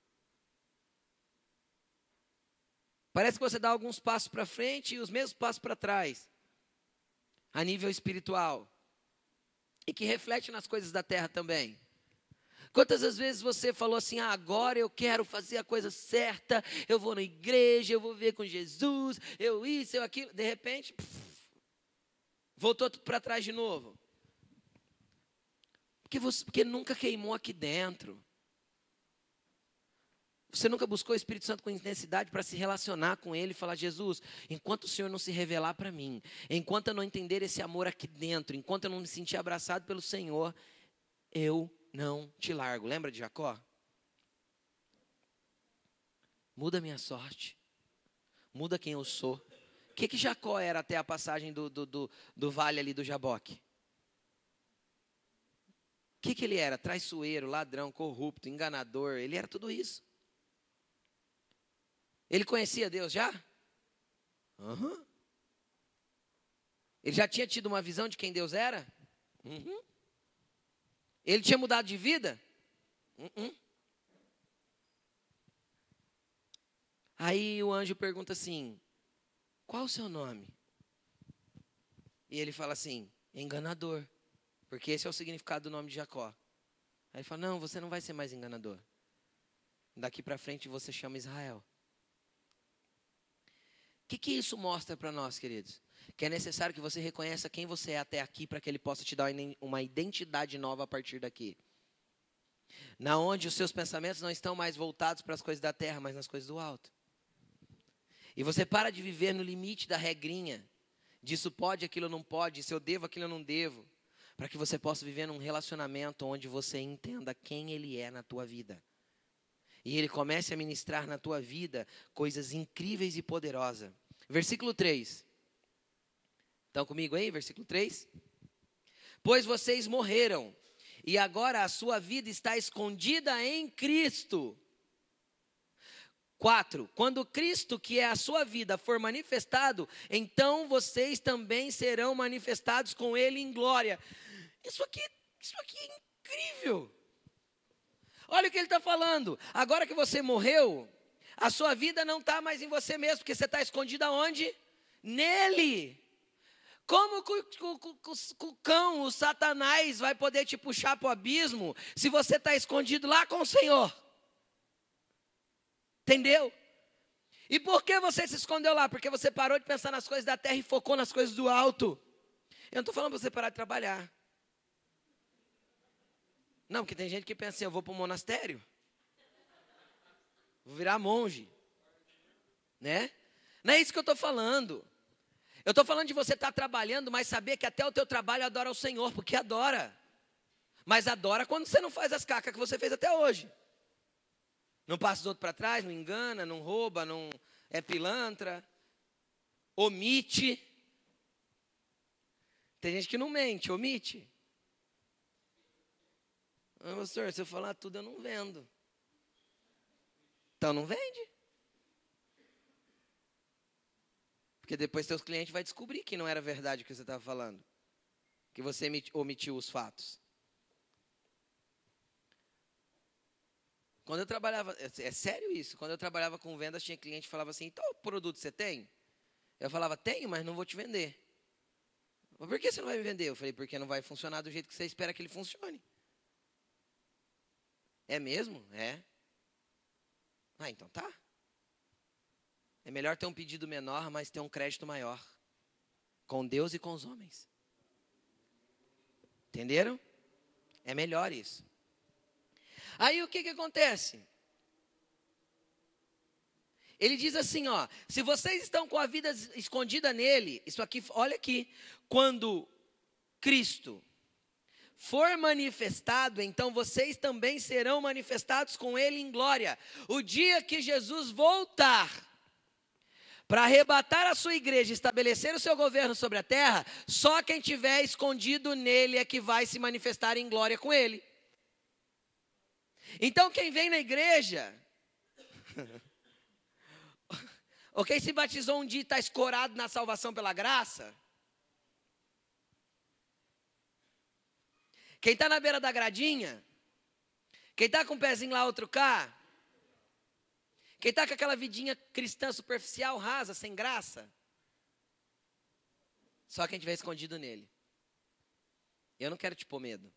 Parece que você dá alguns passos para frente e os mesmos passos para trás, a nível espiritual. E que reflete nas coisas da terra também. Quantas as vezes você falou assim, agora eu quero fazer a coisa certa, eu vou na igreja, eu vou ver com Jesus, eu isso, eu aquilo, de repente, voltou tudo para trás de novo. Porque nunca queimou aqui dentro. Você nunca buscou o Espírito Santo com intensidade para se relacionar com Ele e falar, Jesus, enquanto o Senhor não se revelar para mim, enquanto eu não entender esse amor aqui dentro, enquanto eu não me sentir abraçado pelo Senhor, eu não te largo. Lembra de Jacó? Muda a minha sorte. Muda quem eu sou. O que Jacó era até a passagem do vale ali do Jaboque? O que ele era? Traiçoeiro, ladrão, corrupto, enganador. Ele era tudo isso. Ele conhecia Deus já? Uhum. Ele já tinha tido uma visão de quem Deus era? Uhum. Ele tinha mudado de vida? Uhum. Aí o anjo pergunta assim, qual o seu nome? E ele fala assim, enganador. Porque esse é o significado do nome de Jacó. Aí ele fala, não, você não vai ser mais enganador. Daqui para frente você chama Israel. O que isso mostra para nós, queridos? Que é necessário que você reconheça quem você é até aqui para que Ele possa te dar uma identidade nova a partir daqui. Na onde os seus pensamentos não estão mais voltados para as coisas da terra, mas nas coisas do alto. E você para de viver no limite da regrinha. disso pode, aquilo não pode, se eu devo, aquilo eu não devo, para que você possa viver num relacionamento onde você entenda quem Ele é na tua vida. E Ele comece a ministrar na tua vida coisas incríveis e poderosas. Versículo 3. Estão comigo aí? Versículo 3. Pois vocês morreram, e agora a sua vida está escondida em Cristo. 4. Quando Cristo, que é a sua vida, for manifestado, então vocês também serão manifestados com Ele em glória. Isso aqui é incrível. Olha o que ele está falando. Agora que você morreu, a sua vida não está mais em você mesmo, porque você está escondido aonde? Nele. Como o cão, o Satanás, vai poder te puxar para o abismo se você está escondido lá com o Senhor? Entendeu? E por que você se escondeu lá? Porque você parou de pensar nas coisas da terra e focou nas coisas do alto. Eu não estou falando para você parar de trabalhar. Não, porque tem gente que pensa assim, eu vou para o monastério. Vou virar monge. Né? Não é isso que eu estou falando. Eu estou falando de você estar trabalhando, mas saber que até o teu trabalho adora o Senhor, porque adora. Mas adora quando você não faz as cacas que você fez até hoje. Não passa os outros para trás, não engana, não rouba, não é pilantra, omite. Tem gente que não mente, omite. Ah, pastor, se eu falar tudo eu não vendo. Então não vende. Porque depois seus clientes vão descobrir que não era verdade o que você estava falando. Que você omitiu os fatos. Quando eu trabalhava, é sério isso, quando eu trabalhava com vendas, tinha cliente que falava assim, então o produto você tem? Eu falava, tenho, mas não vou te vender. Mas por que você não vai me vender? Eu falei, porque não vai funcionar do jeito que você espera que ele funcione. É mesmo? É. Ah, então tá. É melhor ter um pedido menor, mas ter um crédito maior. Com Deus e com os homens. Entenderam? É melhor isso. Aí o que acontece? Ele diz assim, ó, se vocês estão com a vida escondida nele, isso aqui, olha aqui, quando Cristo for manifestado, então vocês também serão manifestados com ele em glória. O dia que Jesus voltar para arrebatar a sua igreja, estabelecer o seu governo sobre a terra, só quem tiver escondido nele é que vai se manifestar em glória com ele. Então quem vem na igreja, ou quem se batizou um dia e está escorado na salvação pela graça, quem está na beira da gradinha, quem está com um pezinho lá, outro cá, quem está com aquela vidinha cristã superficial, rasa, sem graça, só quem estiver escondido nele. Eu não quero te pôr medo.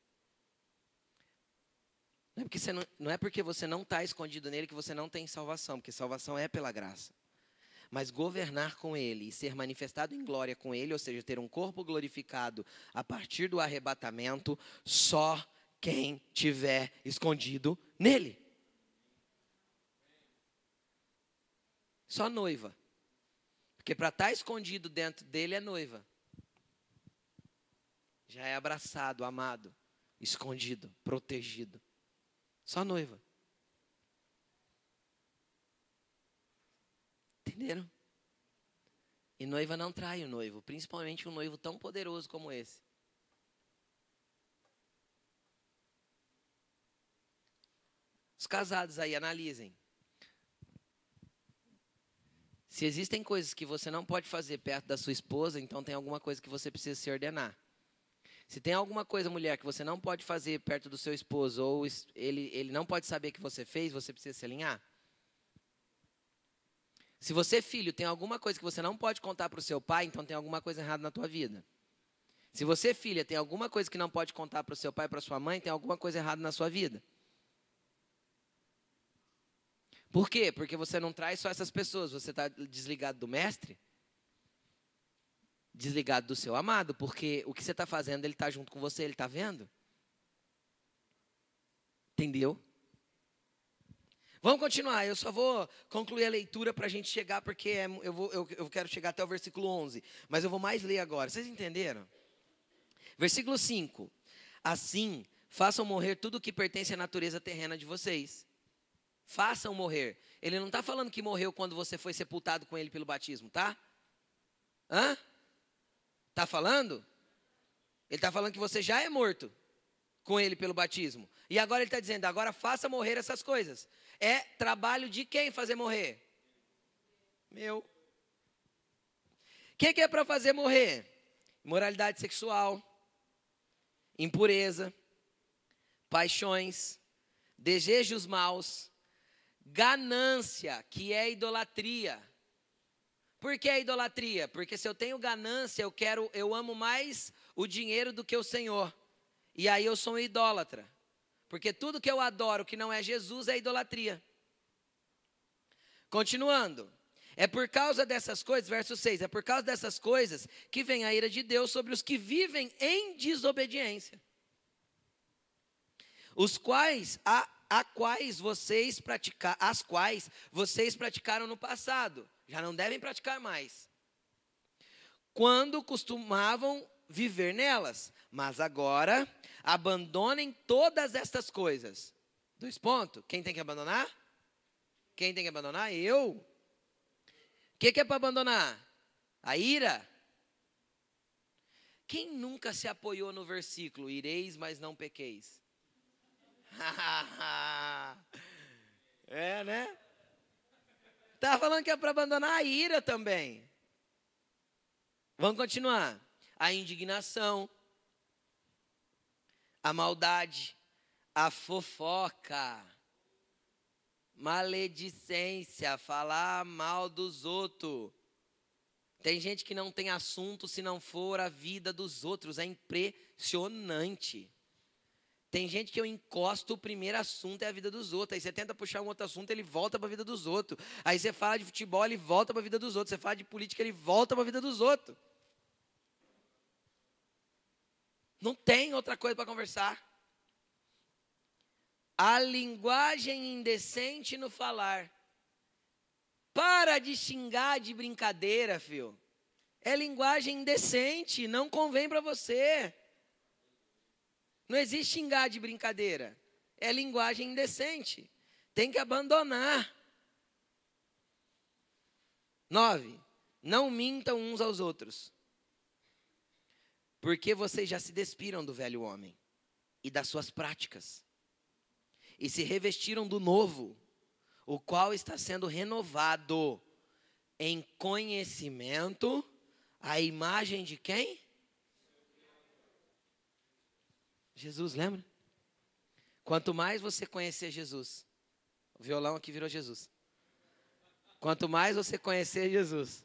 Não é porque você não está escondido nele que você não tem salvação, porque salvação é pela graça. Mas governar com ele e ser manifestado em glória com ele, ou seja, ter um corpo glorificado a partir do arrebatamento, só quem tiver escondido nele. Só noiva. Porque para estar escondido dentro dele é noiva. Já é abraçado, amado, escondido, protegido. Só noiva. Entenderam? E noiva não trai o noivo, principalmente um noivo tão poderoso como esse. Os casados aí, analisem. Se existem coisas que você não pode fazer perto da sua esposa, então tem alguma coisa que você precisa se ordenar. Se tem alguma coisa, mulher, que você não pode fazer perto do seu esposo, ou ele não pode saber que você fez, você precisa se alinhar. Se você, filho, tem alguma coisa que você não pode contar para o seu pai, então tem alguma coisa errada na tua vida. Se você, filha, tem alguma coisa que não pode contar para o seu pai e para sua mãe, tem alguma coisa errada na sua vida. Por quê? Porque você não traz só essas pessoas, você está desligado do mestre, desligado do seu amado, porque o que você está fazendo, ele está junto com você, ele está vendo. Entendeu? Vamos continuar, eu só vou concluir a leitura para a gente chegar, porque eu quero chegar até o versículo 11, mas eu vou mais ler agora, vocês entenderam? Versículo 5, assim, façam morrer tudo o que pertence à natureza terrena de vocês. Façam morrer. Ele não está falando que morreu quando você foi sepultado com ele pelo batismo, tá? Hã? Está falando? Ele está falando que você já é morto com ele pelo batismo. E agora ele está dizendo, agora faça morrer essas coisas. É trabalho de quem fazer morrer? Meu. O que é para fazer morrer? Imoralidade sexual, impureza, paixões, desejos maus, ganância, que é idolatria. Por que a idolatria? Porque se eu tenho ganância, eu amo mais o dinheiro do que o Senhor. E aí eu sou um idólatra. Porque tudo que eu adoro que não é Jesus é idolatria. Continuando. É por causa dessas coisas, verso 6, é por causa dessas coisas que vem a ira de Deus sobre os que vivem em desobediência. As quais vocês praticaram no passado, já não devem praticar mais. Quando costumavam viver nelas, mas agora abandonem todas estas coisas. 2 pontos. Quem tem que abandonar? Quem tem que abandonar? Eu. O que é para abandonar? A ira. Quem nunca se apoiou no versículo, ireis, mas não pequeis? É, né? Tá falando que é para abandonar a ira também. Vamos continuar. A indignação, a maldade, a fofoca, maledicência, falar mal dos outros. Tem gente que não tem assunto se não for a vida dos outros, é impressionante. Tem gente que eu encosto, o primeiro assunto é a vida dos outros. Aí você tenta puxar um outro assunto, ele volta para a vida dos outros. Aí você fala de futebol, ele volta para a vida dos outros. Você fala de política, ele volta para a vida dos outros. Não tem outra coisa para conversar. A linguagem indecente no falar. Para de xingar de brincadeira, filho. É linguagem indecente, não convém para você. Não existe xingar de brincadeira. É linguagem indecente. Tem que abandonar. 9. Não mintam uns aos outros. Porque vocês já se despiram do velho homem e das suas práticas. E se revestiram do novo, o qual está sendo renovado em conhecimento, à imagem de quem? Jesus, lembra? Quanto mais você conhecer Jesus, o violão aqui virou Jesus. Quanto mais você conhecer Jesus,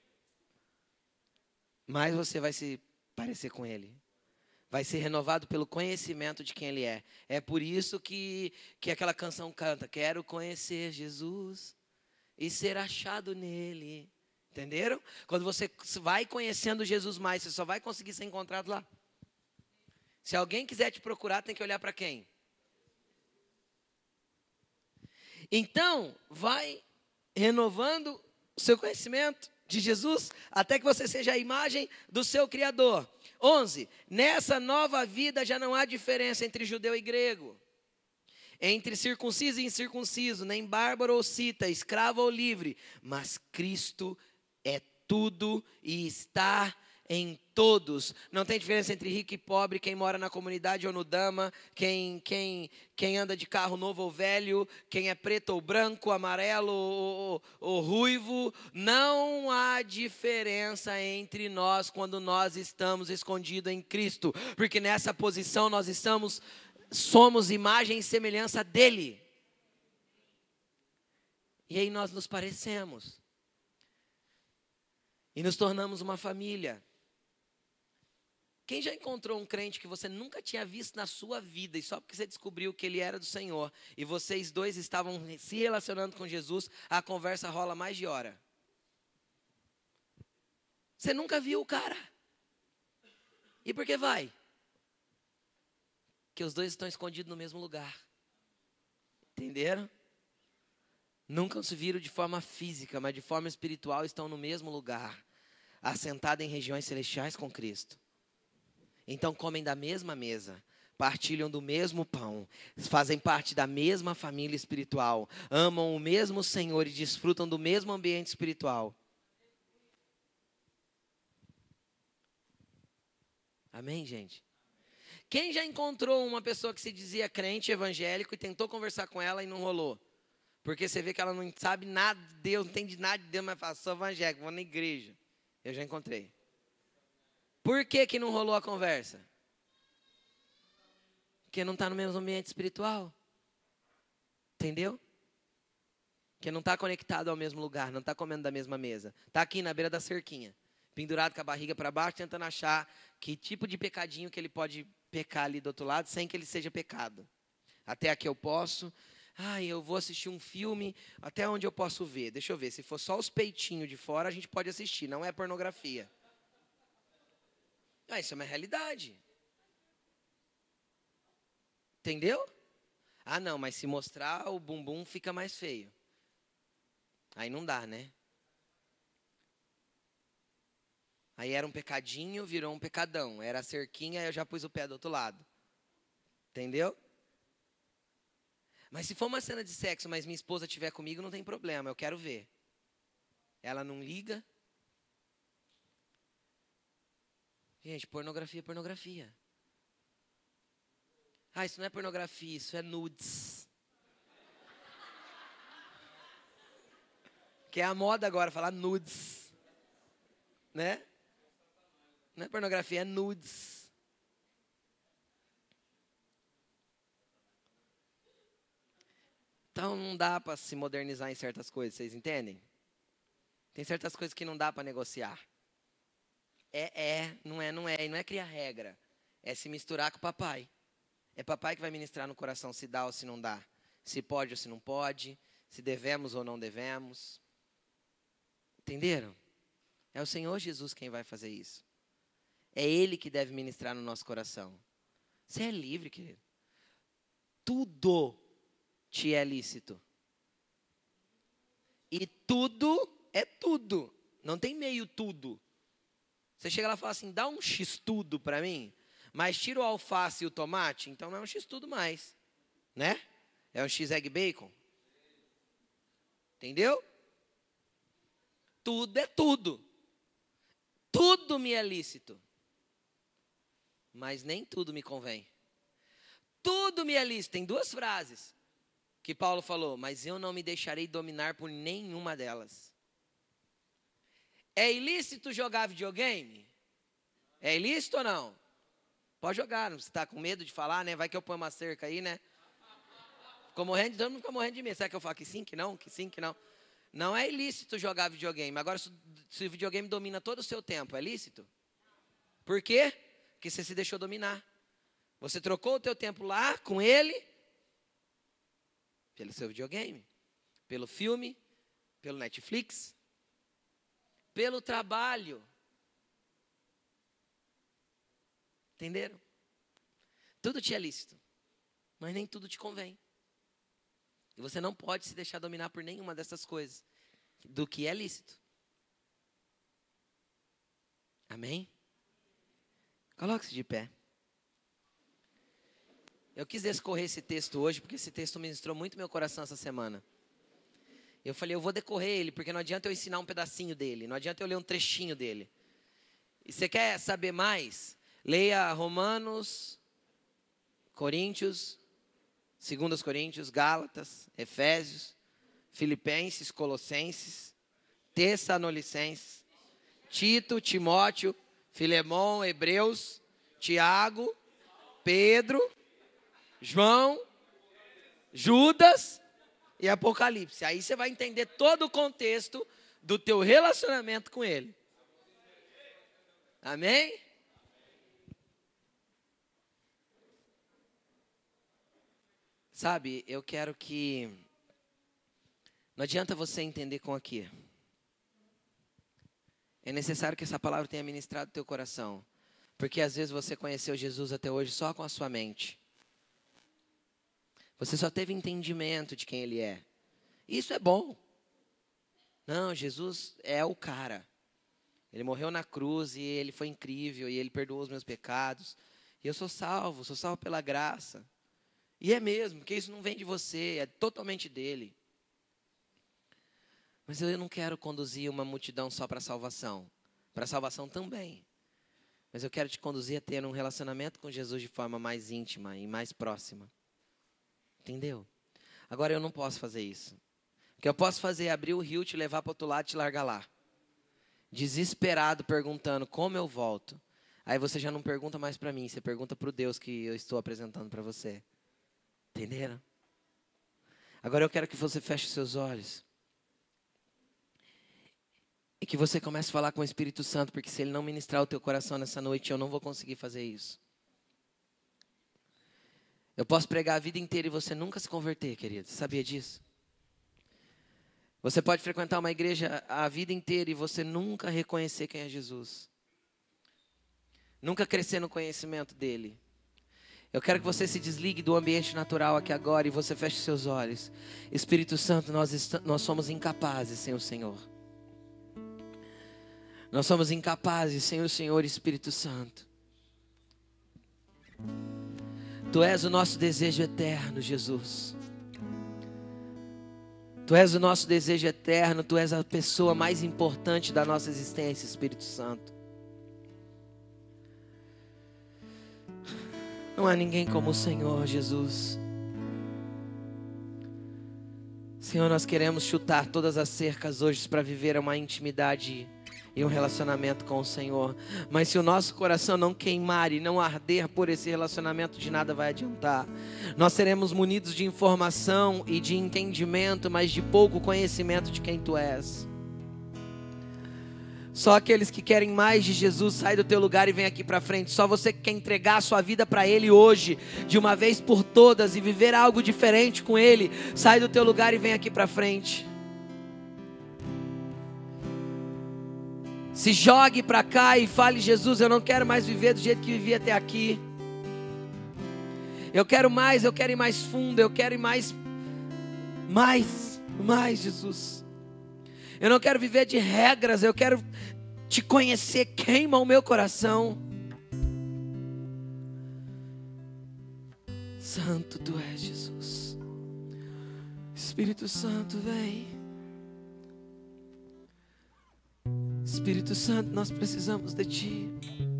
mais você vai se parecer com Ele. Vai ser renovado pelo conhecimento de quem Ele é. É por isso que aquela canção canta, quero conhecer Jesus e ser achado nele. Entenderam? Quando você vai conhecendo Jesus mais, você só vai conseguir ser encontrado lá. Se alguém quiser te procurar, tem que olhar para quem? Então, vai renovando o seu conhecimento de Jesus, até que você seja a imagem do seu Criador. 11. Nessa nova vida já não há diferença entre judeu e grego, entre circunciso e incircunciso, nem bárbaro ou cita, escravo ou livre, mas Cristo é tudo e está em todos. Não tem diferença entre rico e pobre, quem mora na comunidade ou no Dama, quem anda de carro novo ou velho, quem é preto ou branco, amarelo ou ruivo. Não há diferença entre nós quando nós estamos escondidos em Cristo, porque nessa posição nós somos imagem e semelhança dele. E aí nós nos parecemos. E nos tornamos uma família. Quem já encontrou um crente que você nunca tinha visto na sua vida e só porque você descobriu que ele era do Senhor e vocês dois estavam se relacionando com Jesus, a conversa rola mais de hora? Você nunca viu o cara. E por que vai? Porque os dois estão escondidos no mesmo lugar. Entenderam? nunca se viram de forma física, mas de forma espiritual estão no mesmo lugar, assentados em regiões celestiais com Cristo. Então comem da mesma mesa, partilham do mesmo pão, fazem parte da mesma família espiritual, amam o mesmo Senhor e desfrutam do mesmo ambiente espiritual. Amém, gente? Quem já encontrou uma pessoa que se dizia crente evangélico e tentou conversar com ela e não rolou? Porque você vê que ela não sabe nada de Deus, não entende nada de Deus, mas fala, sou evangélico, vou na igreja. Eu já encontrei. Por que não rolou a conversa? Porque não está no mesmo ambiente espiritual. Entendeu? Porque não está conectado ao mesmo lugar, não está comendo da mesma mesa. Está aqui na beira da cerquinha, pendurado com a barriga para baixo, tentando achar que tipo de pecadinho que ele pode pecar ali do outro lado, sem que ele seja pecado. Até aqui eu posso. Eu vou assistir um filme, até onde eu posso ver? Deixa eu ver, se for só os peitinhos de fora, a gente pode assistir, não é pornografia. Isso é uma realidade. Entendeu? Não, mas se mostrar o bumbum fica mais feio. Aí não dá, né? Aí era um pecadinho, virou um pecadão. Era a cerquinha, aí eu já pus o pé do outro lado. Entendeu? Mas se for uma cena de sexo, mas minha esposa estiver comigo, não tem problema, eu quero ver. Ela não liga. Gente, pornografia é pornografia. Isso não é pornografia, isso é nudes. Que é a moda agora, falar nudes. Né? Não é pornografia, é nudes. Então não dá para se modernizar em certas coisas, vocês entendem? Tem certas coisas que não dá para negociar. Não é. E não é criar regra. É se misturar com o papai. É papai que vai ministrar no coração se dá ou se não dá. Se pode ou se não pode. Se devemos ou não devemos. Entenderam? É o Senhor Jesus quem vai fazer isso. É Ele que deve ministrar no nosso coração. Você é livre, querido. Tudo te é lícito. E tudo é tudo. Não tem meio tudo. Você chega lá e fala assim, dá um x-tudo para mim, mas tira o alface e o tomate, então não é um x-tudo mais. Né? É um x-egg bacon. Entendeu? Tudo é tudo. Tudo me é lícito. Mas nem tudo me convém. Tudo me é lícito. Tem duas frases que Paulo falou, mas eu não me deixarei dominar por nenhuma delas. É ilícito jogar videogame? É ilícito ou não? Pode jogar, você está com medo de falar, né? Vai que eu ponho uma cerca aí, né? Todo mundo fica morrendo de medo. Será que eu falo que sim, que não? Que sim, que não? Não é ilícito jogar videogame. Agora, se o videogame domina todo o seu tempo, é lícito? Por quê? Porque você se deixou dominar. Você trocou o teu tempo lá com ele, pelo seu videogame, pelo filme, pelo Netflix, pelo trabalho. Entenderam? Tudo te é lícito, mas nem tudo te convém. E você não pode se deixar dominar por nenhuma dessas coisas, do que é lícito. Amém? Coloque-se de pé. Eu quis descorrer esse texto hoje, porque esse texto ministrou muito meu coração essa semana. Eu falei, eu vou decorrer ele, porque não adianta eu ensinar um pedacinho dele, não adianta eu ler um trechinho dele. E você quer saber mais? Leia Romanos, Coríntios, 2 Coríntios, Gálatas, Efésios, Filipenses, Colossenses, Tessalonicenses, Tito, Timóteo, Filemão, Hebreus, Tiago, Pedro, João, Judas e Apocalipse. Aí você vai entender todo o contexto do teu relacionamento com ele. Amém? Sabe, eu quero que... Não adianta você entender com aqui. É necessário que essa palavra tenha ministrado o teu coração. Porque às vezes você conheceu Jesus até hoje só com a sua mente. Você só teve entendimento de quem Ele é. Isso é bom. Não, Jesus é o cara. Ele morreu na cruz e ele foi incrível e ele perdoou os meus pecados. E eu sou salvo pela graça. E é mesmo, porque isso não vem de você, é totalmente dele. Mas eu não quero conduzir uma multidão só para a salvação também. Mas eu quero te conduzir a ter um relacionamento com Jesus de forma mais íntima e mais próxima. Entendeu? Agora eu não posso fazer isso. O que eu posso fazer é abrir o rio, te levar para o outro lado e te largar lá. Desesperado, perguntando como eu volto. Aí você já não pergunta mais para mim, você pergunta para o Deus que eu estou apresentando para você. Entenderam? Agora eu quero que você feche seus olhos. E que você comece a falar com o Espírito Santo, porque se ele não ministrar o teu coração nessa noite, eu não vou conseguir fazer isso. Eu posso pregar a vida inteira e você nunca se converter, querido. Você sabia disso? Você pode frequentar uma igreja a vida inteira e você nunca reconhecer quem é Jesus. Nunca crescer no conhecimento dele. Eu quero que você se desligue do ambiente natural aqui agora e você feche seus olhos. Espírito Santo, nós somos incapazes sem o Senhor. Nós somos incapazes sem o Senhor, Espírito Santo. Tu és o nosso desejo eterno, Jesus. Tu és o nosso desejo eterno, Tu és a pessoa mais importante da nossa existência, Espírito Santo. Não há ninguém como o Senhor, Jesus. Senhor, nós queremos chutar todas as cercas hoje para viver uma intimidade e um relacionamento com o Senhor. Mas se o nosso coração não queimar e não arder por esse relacionamento, de nada vai adiantar. Nós seremos munidos de informação e de entendimento, mas de pouco conhecimento de quem Tu és. Só aqueles que querem mais de Jesus, sai do teu lugar e vem aqui para frente. Só você que quer entregar a sua vida para Ele hoje, de uma vez por todas, e viver algo diferente com Ele, sai do teu lugar e vem aqui para frente. Se jogue para cá e fale: Jesus, eu não quero mais viver do jeito que vivi até aqui. Eu quero ir mais fundo, eu quero ir mais, Jesus. Eu não quero viver de regras, eu quero Te conhecer, queima o meu coração. Santo Tu és, Jesus. Espírito Santo, vem. Espírito Santo, nós precisamos de Ti.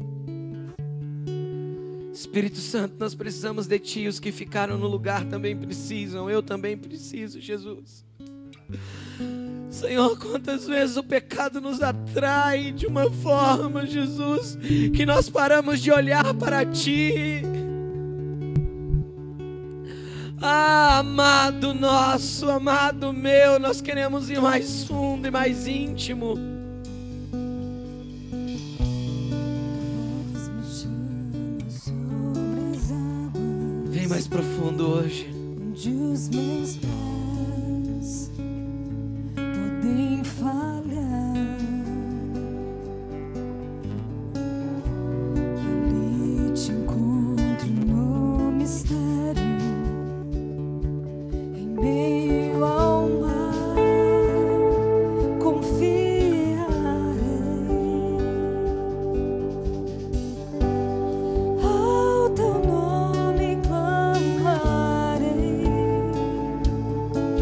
Espírito Santo, nós precisamos de Ti. Os que ficaram no lugar também precisam. Eu também preciso, Jesus. Senhor, quantas vezes o pecado nos atrai de uma forma, Jesus, que nós paramos de olhar para Ti. Ah, amado nosso, amado meu, nós queremos ir mais fundo e mais íntimo. Vem mais profundo hoje. Onde os meus pés podem falhar, ali te encontro no mistério, em meio ao mar, confiarei. Ao Teu nome clamarei,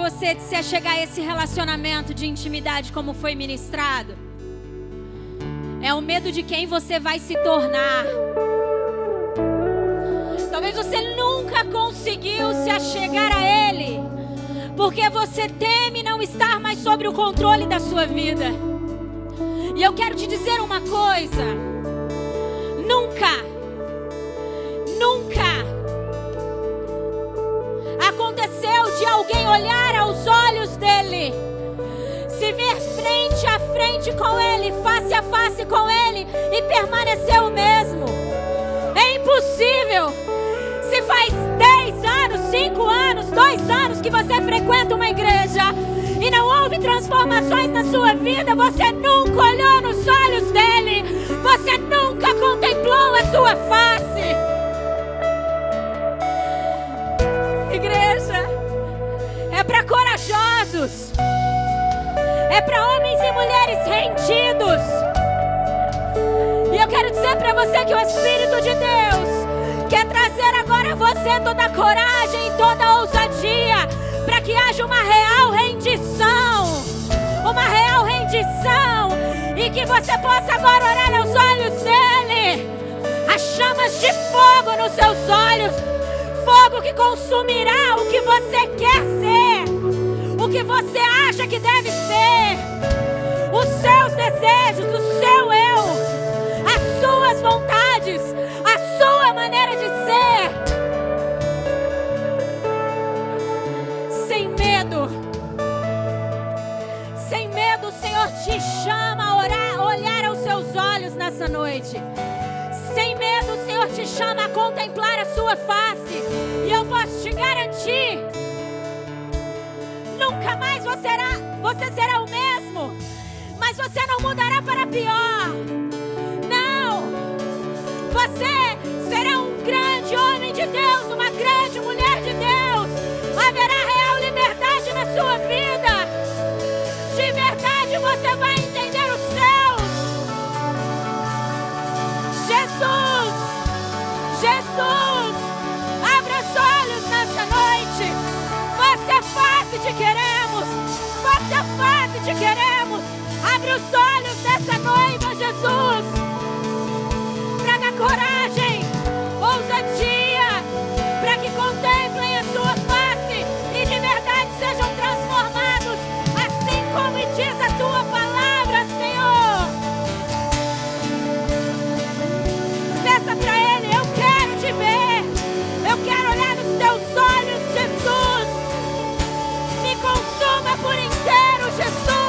você de se achegar a esse relacionamento de intimidade como foi ministrado? É o medo de quem você vai se tornar. Talvez você nunca conseguiu se achegar a Ele, porque você teme não estar mais sobre o controle da sua vida. E eu quero te dizer uma coisa: nunca aconteceu de alguém olhar aos olhos dele, se ver frente a frente com ele, face a face com ele e permanecer o mesmo. É impossível. Se faz 10 anos, 5 anos, 2 anos que você frequenta uma igreja e não houve transformações na sua vida, você nunca olhou nos olhos dele, você nunca contemplou a sua face. Igreja, é para corajosos, é para homens e mulheres rendidos. E eu quero dizer para você que o Espírito de Deus quer trazer agora a você toda a coragem e toda a ousadia, para que haja uma real rendição, e que você possa agora olhar aos olhos dele, as chamas de fogo nos seus olhos, fogo que consumirá o que você quer ser, o que você acha que deve ser, os seus desejos, o seu eu, as suas vontades, a sua maneira de ser. Sem medo, o Senhor te chama a olhar aos seus olhos nessa noite. Sem medo, o Senhor te chama a contemplar a sua face. E eu posso te garantir, nunca mais você será o mesmo, mas você não mudará para pior. Não, você será um grande homem de Deus, uma grande mulher de Deus. Haverá real liberdade na sua vida. De verdade você vai entender os céus. Jesus, abra os olhos nessa noite. Face a face te queremos. Face a face te queremos. Abre os olhos dessa noiva, Jesus. Traga coragem, ousadia, para que contemplem a sua face e de verdade sejam transformados, assim como diz a tua palavra, Senhor. Peça para Ele: eu quero te ver, eu quero olhar nos teus olhos, Jesus. Me consuma por inteiro, Jesus.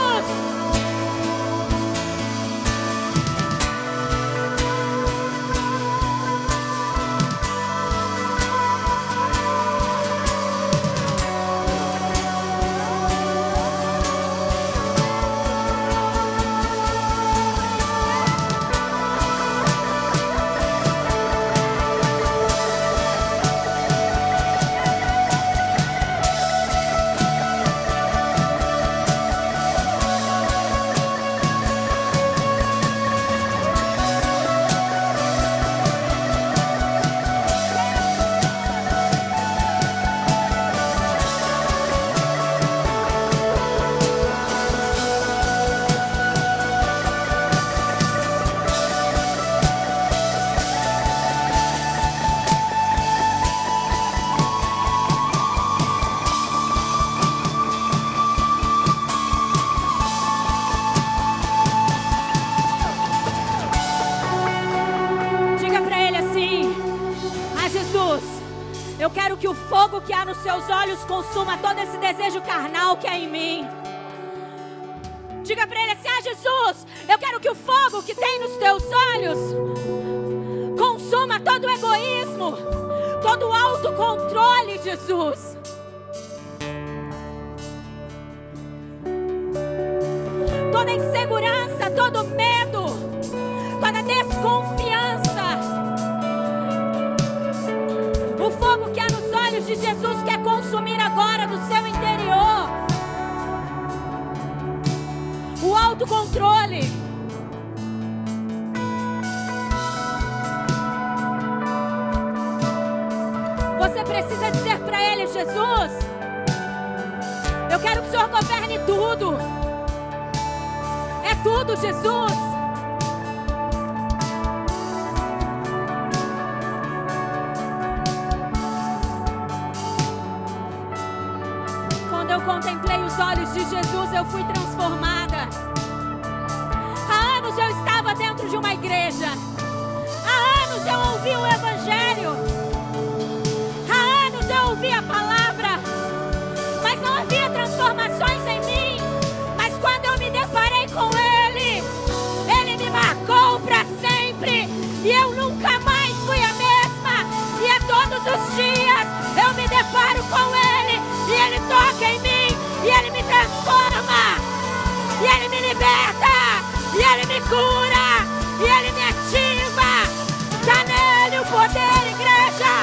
Eu quero que o fogo que há nos seus olhos consuma todo esse desejo carnal que há em mim. Diga para Ele assim: Jesus, eu quero que o fogo que tem nos teus olhos consuma todo o egoísmo, todo o autocontrole, Jesus. Toda insegurança, todo medo, toda desconfiança. O fogo que há nos olhos de Jesus quer consumir agora do seu interior o autocontrole. Você precisa dizer para Ele: Jesus, Eu quero que o Senhor governe tudo. É tudo, Jesus. Quando eu contemplei os olhos de Jesus, eu fui transformada. Há anos eu estava dentro de uma igreja. Há anos eu ouvi o Evangelho. Há anos eu ouvi a palavra. Mas não havia transformações em mim. Mas quando eu me deparei com Ele, Ele me marcou para sempre. E eu nunca mais fui a mesma. E é todos os dias eu me deparo com Ele. E Ele toca em mim. E Ele me transforma. E Ele me liberta. E Ele me cura. E Ele me ativa. Tá nele o poder, igreja.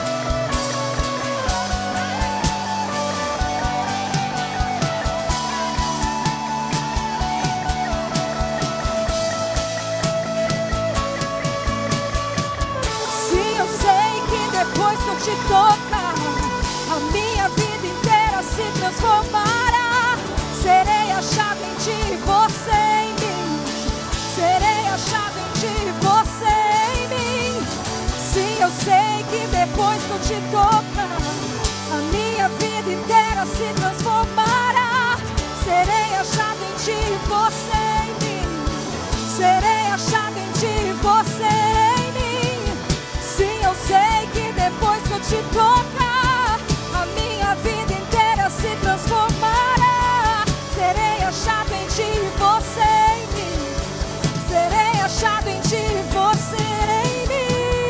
Sim, eu sei que depois que eu te tocar, a minha vida inteira se transformará. Serei achado em ti, você em mim. Serei achado em ti, você em mim. Sim, eu sei que depois que eu te tocar, a minha vida inteira se transformará. Serei achado em ti, você em mim. Serei achado em ti, você em mim. Sim, eu sei que depois que eu te tocar, a minha vida inteira se transformará. Serei achado em ti, você em mim. Serei achado em ti, você em mim.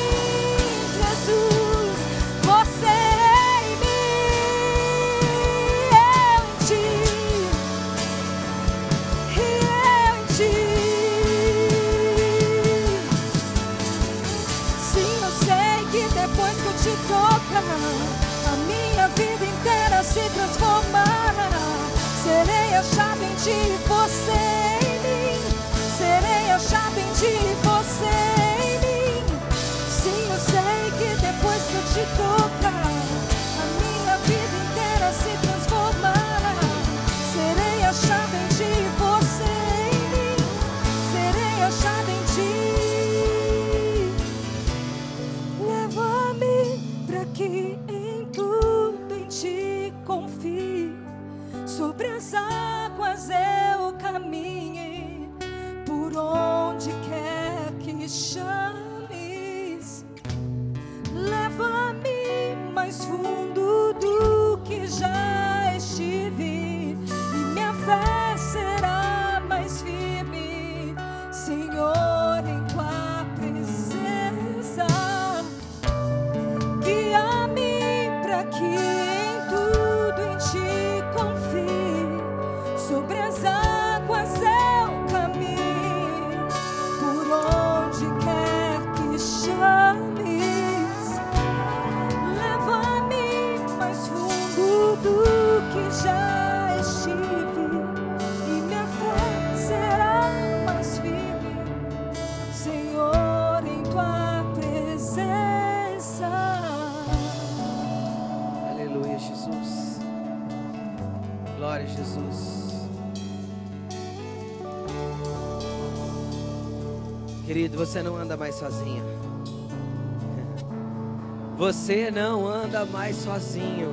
Jesus, você em mim. Eu em ti. E eu em ti. Sim, eu sei que depois que eu te tocar, a minha vida inteira se transformará. Serei achado em ti, você em mim. Serei achado em ti, você em mim. Sim, eu sei que depois que eu te tocar, a minha vida inteira se transformará. Serei achado em ti, você em mim. Serei achado em ti. Leva-me pra que em tudo em ti confie. Sobre as águas eu caminhe, por onde quer que chames. Leva-me mais fundo do que já estive, e minha fé será mais firme, Senhor, em tua presença. Guia-me pra que em tudo em ti confie. Sobre as águas eu caminho, por onde quer que chames. Leva-me mais fundo do que já estive, e minha fé será mais firme, Senhor, em tua presença. Aleluia, Jesus. Glória a Jesus. Querido, você não anda mais sozinho. Você não anda mais sozinho.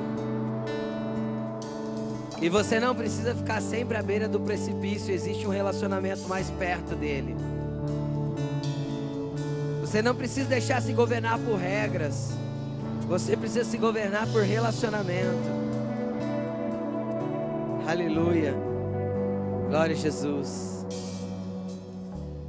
E você não precisa ficar sempre à beira do precipício. Existe um relacionamento mais perto dele. Você não precisa deixar se governar por regras. Você precisa se governar por relacionamento. Aleluia. Glória a Jesus.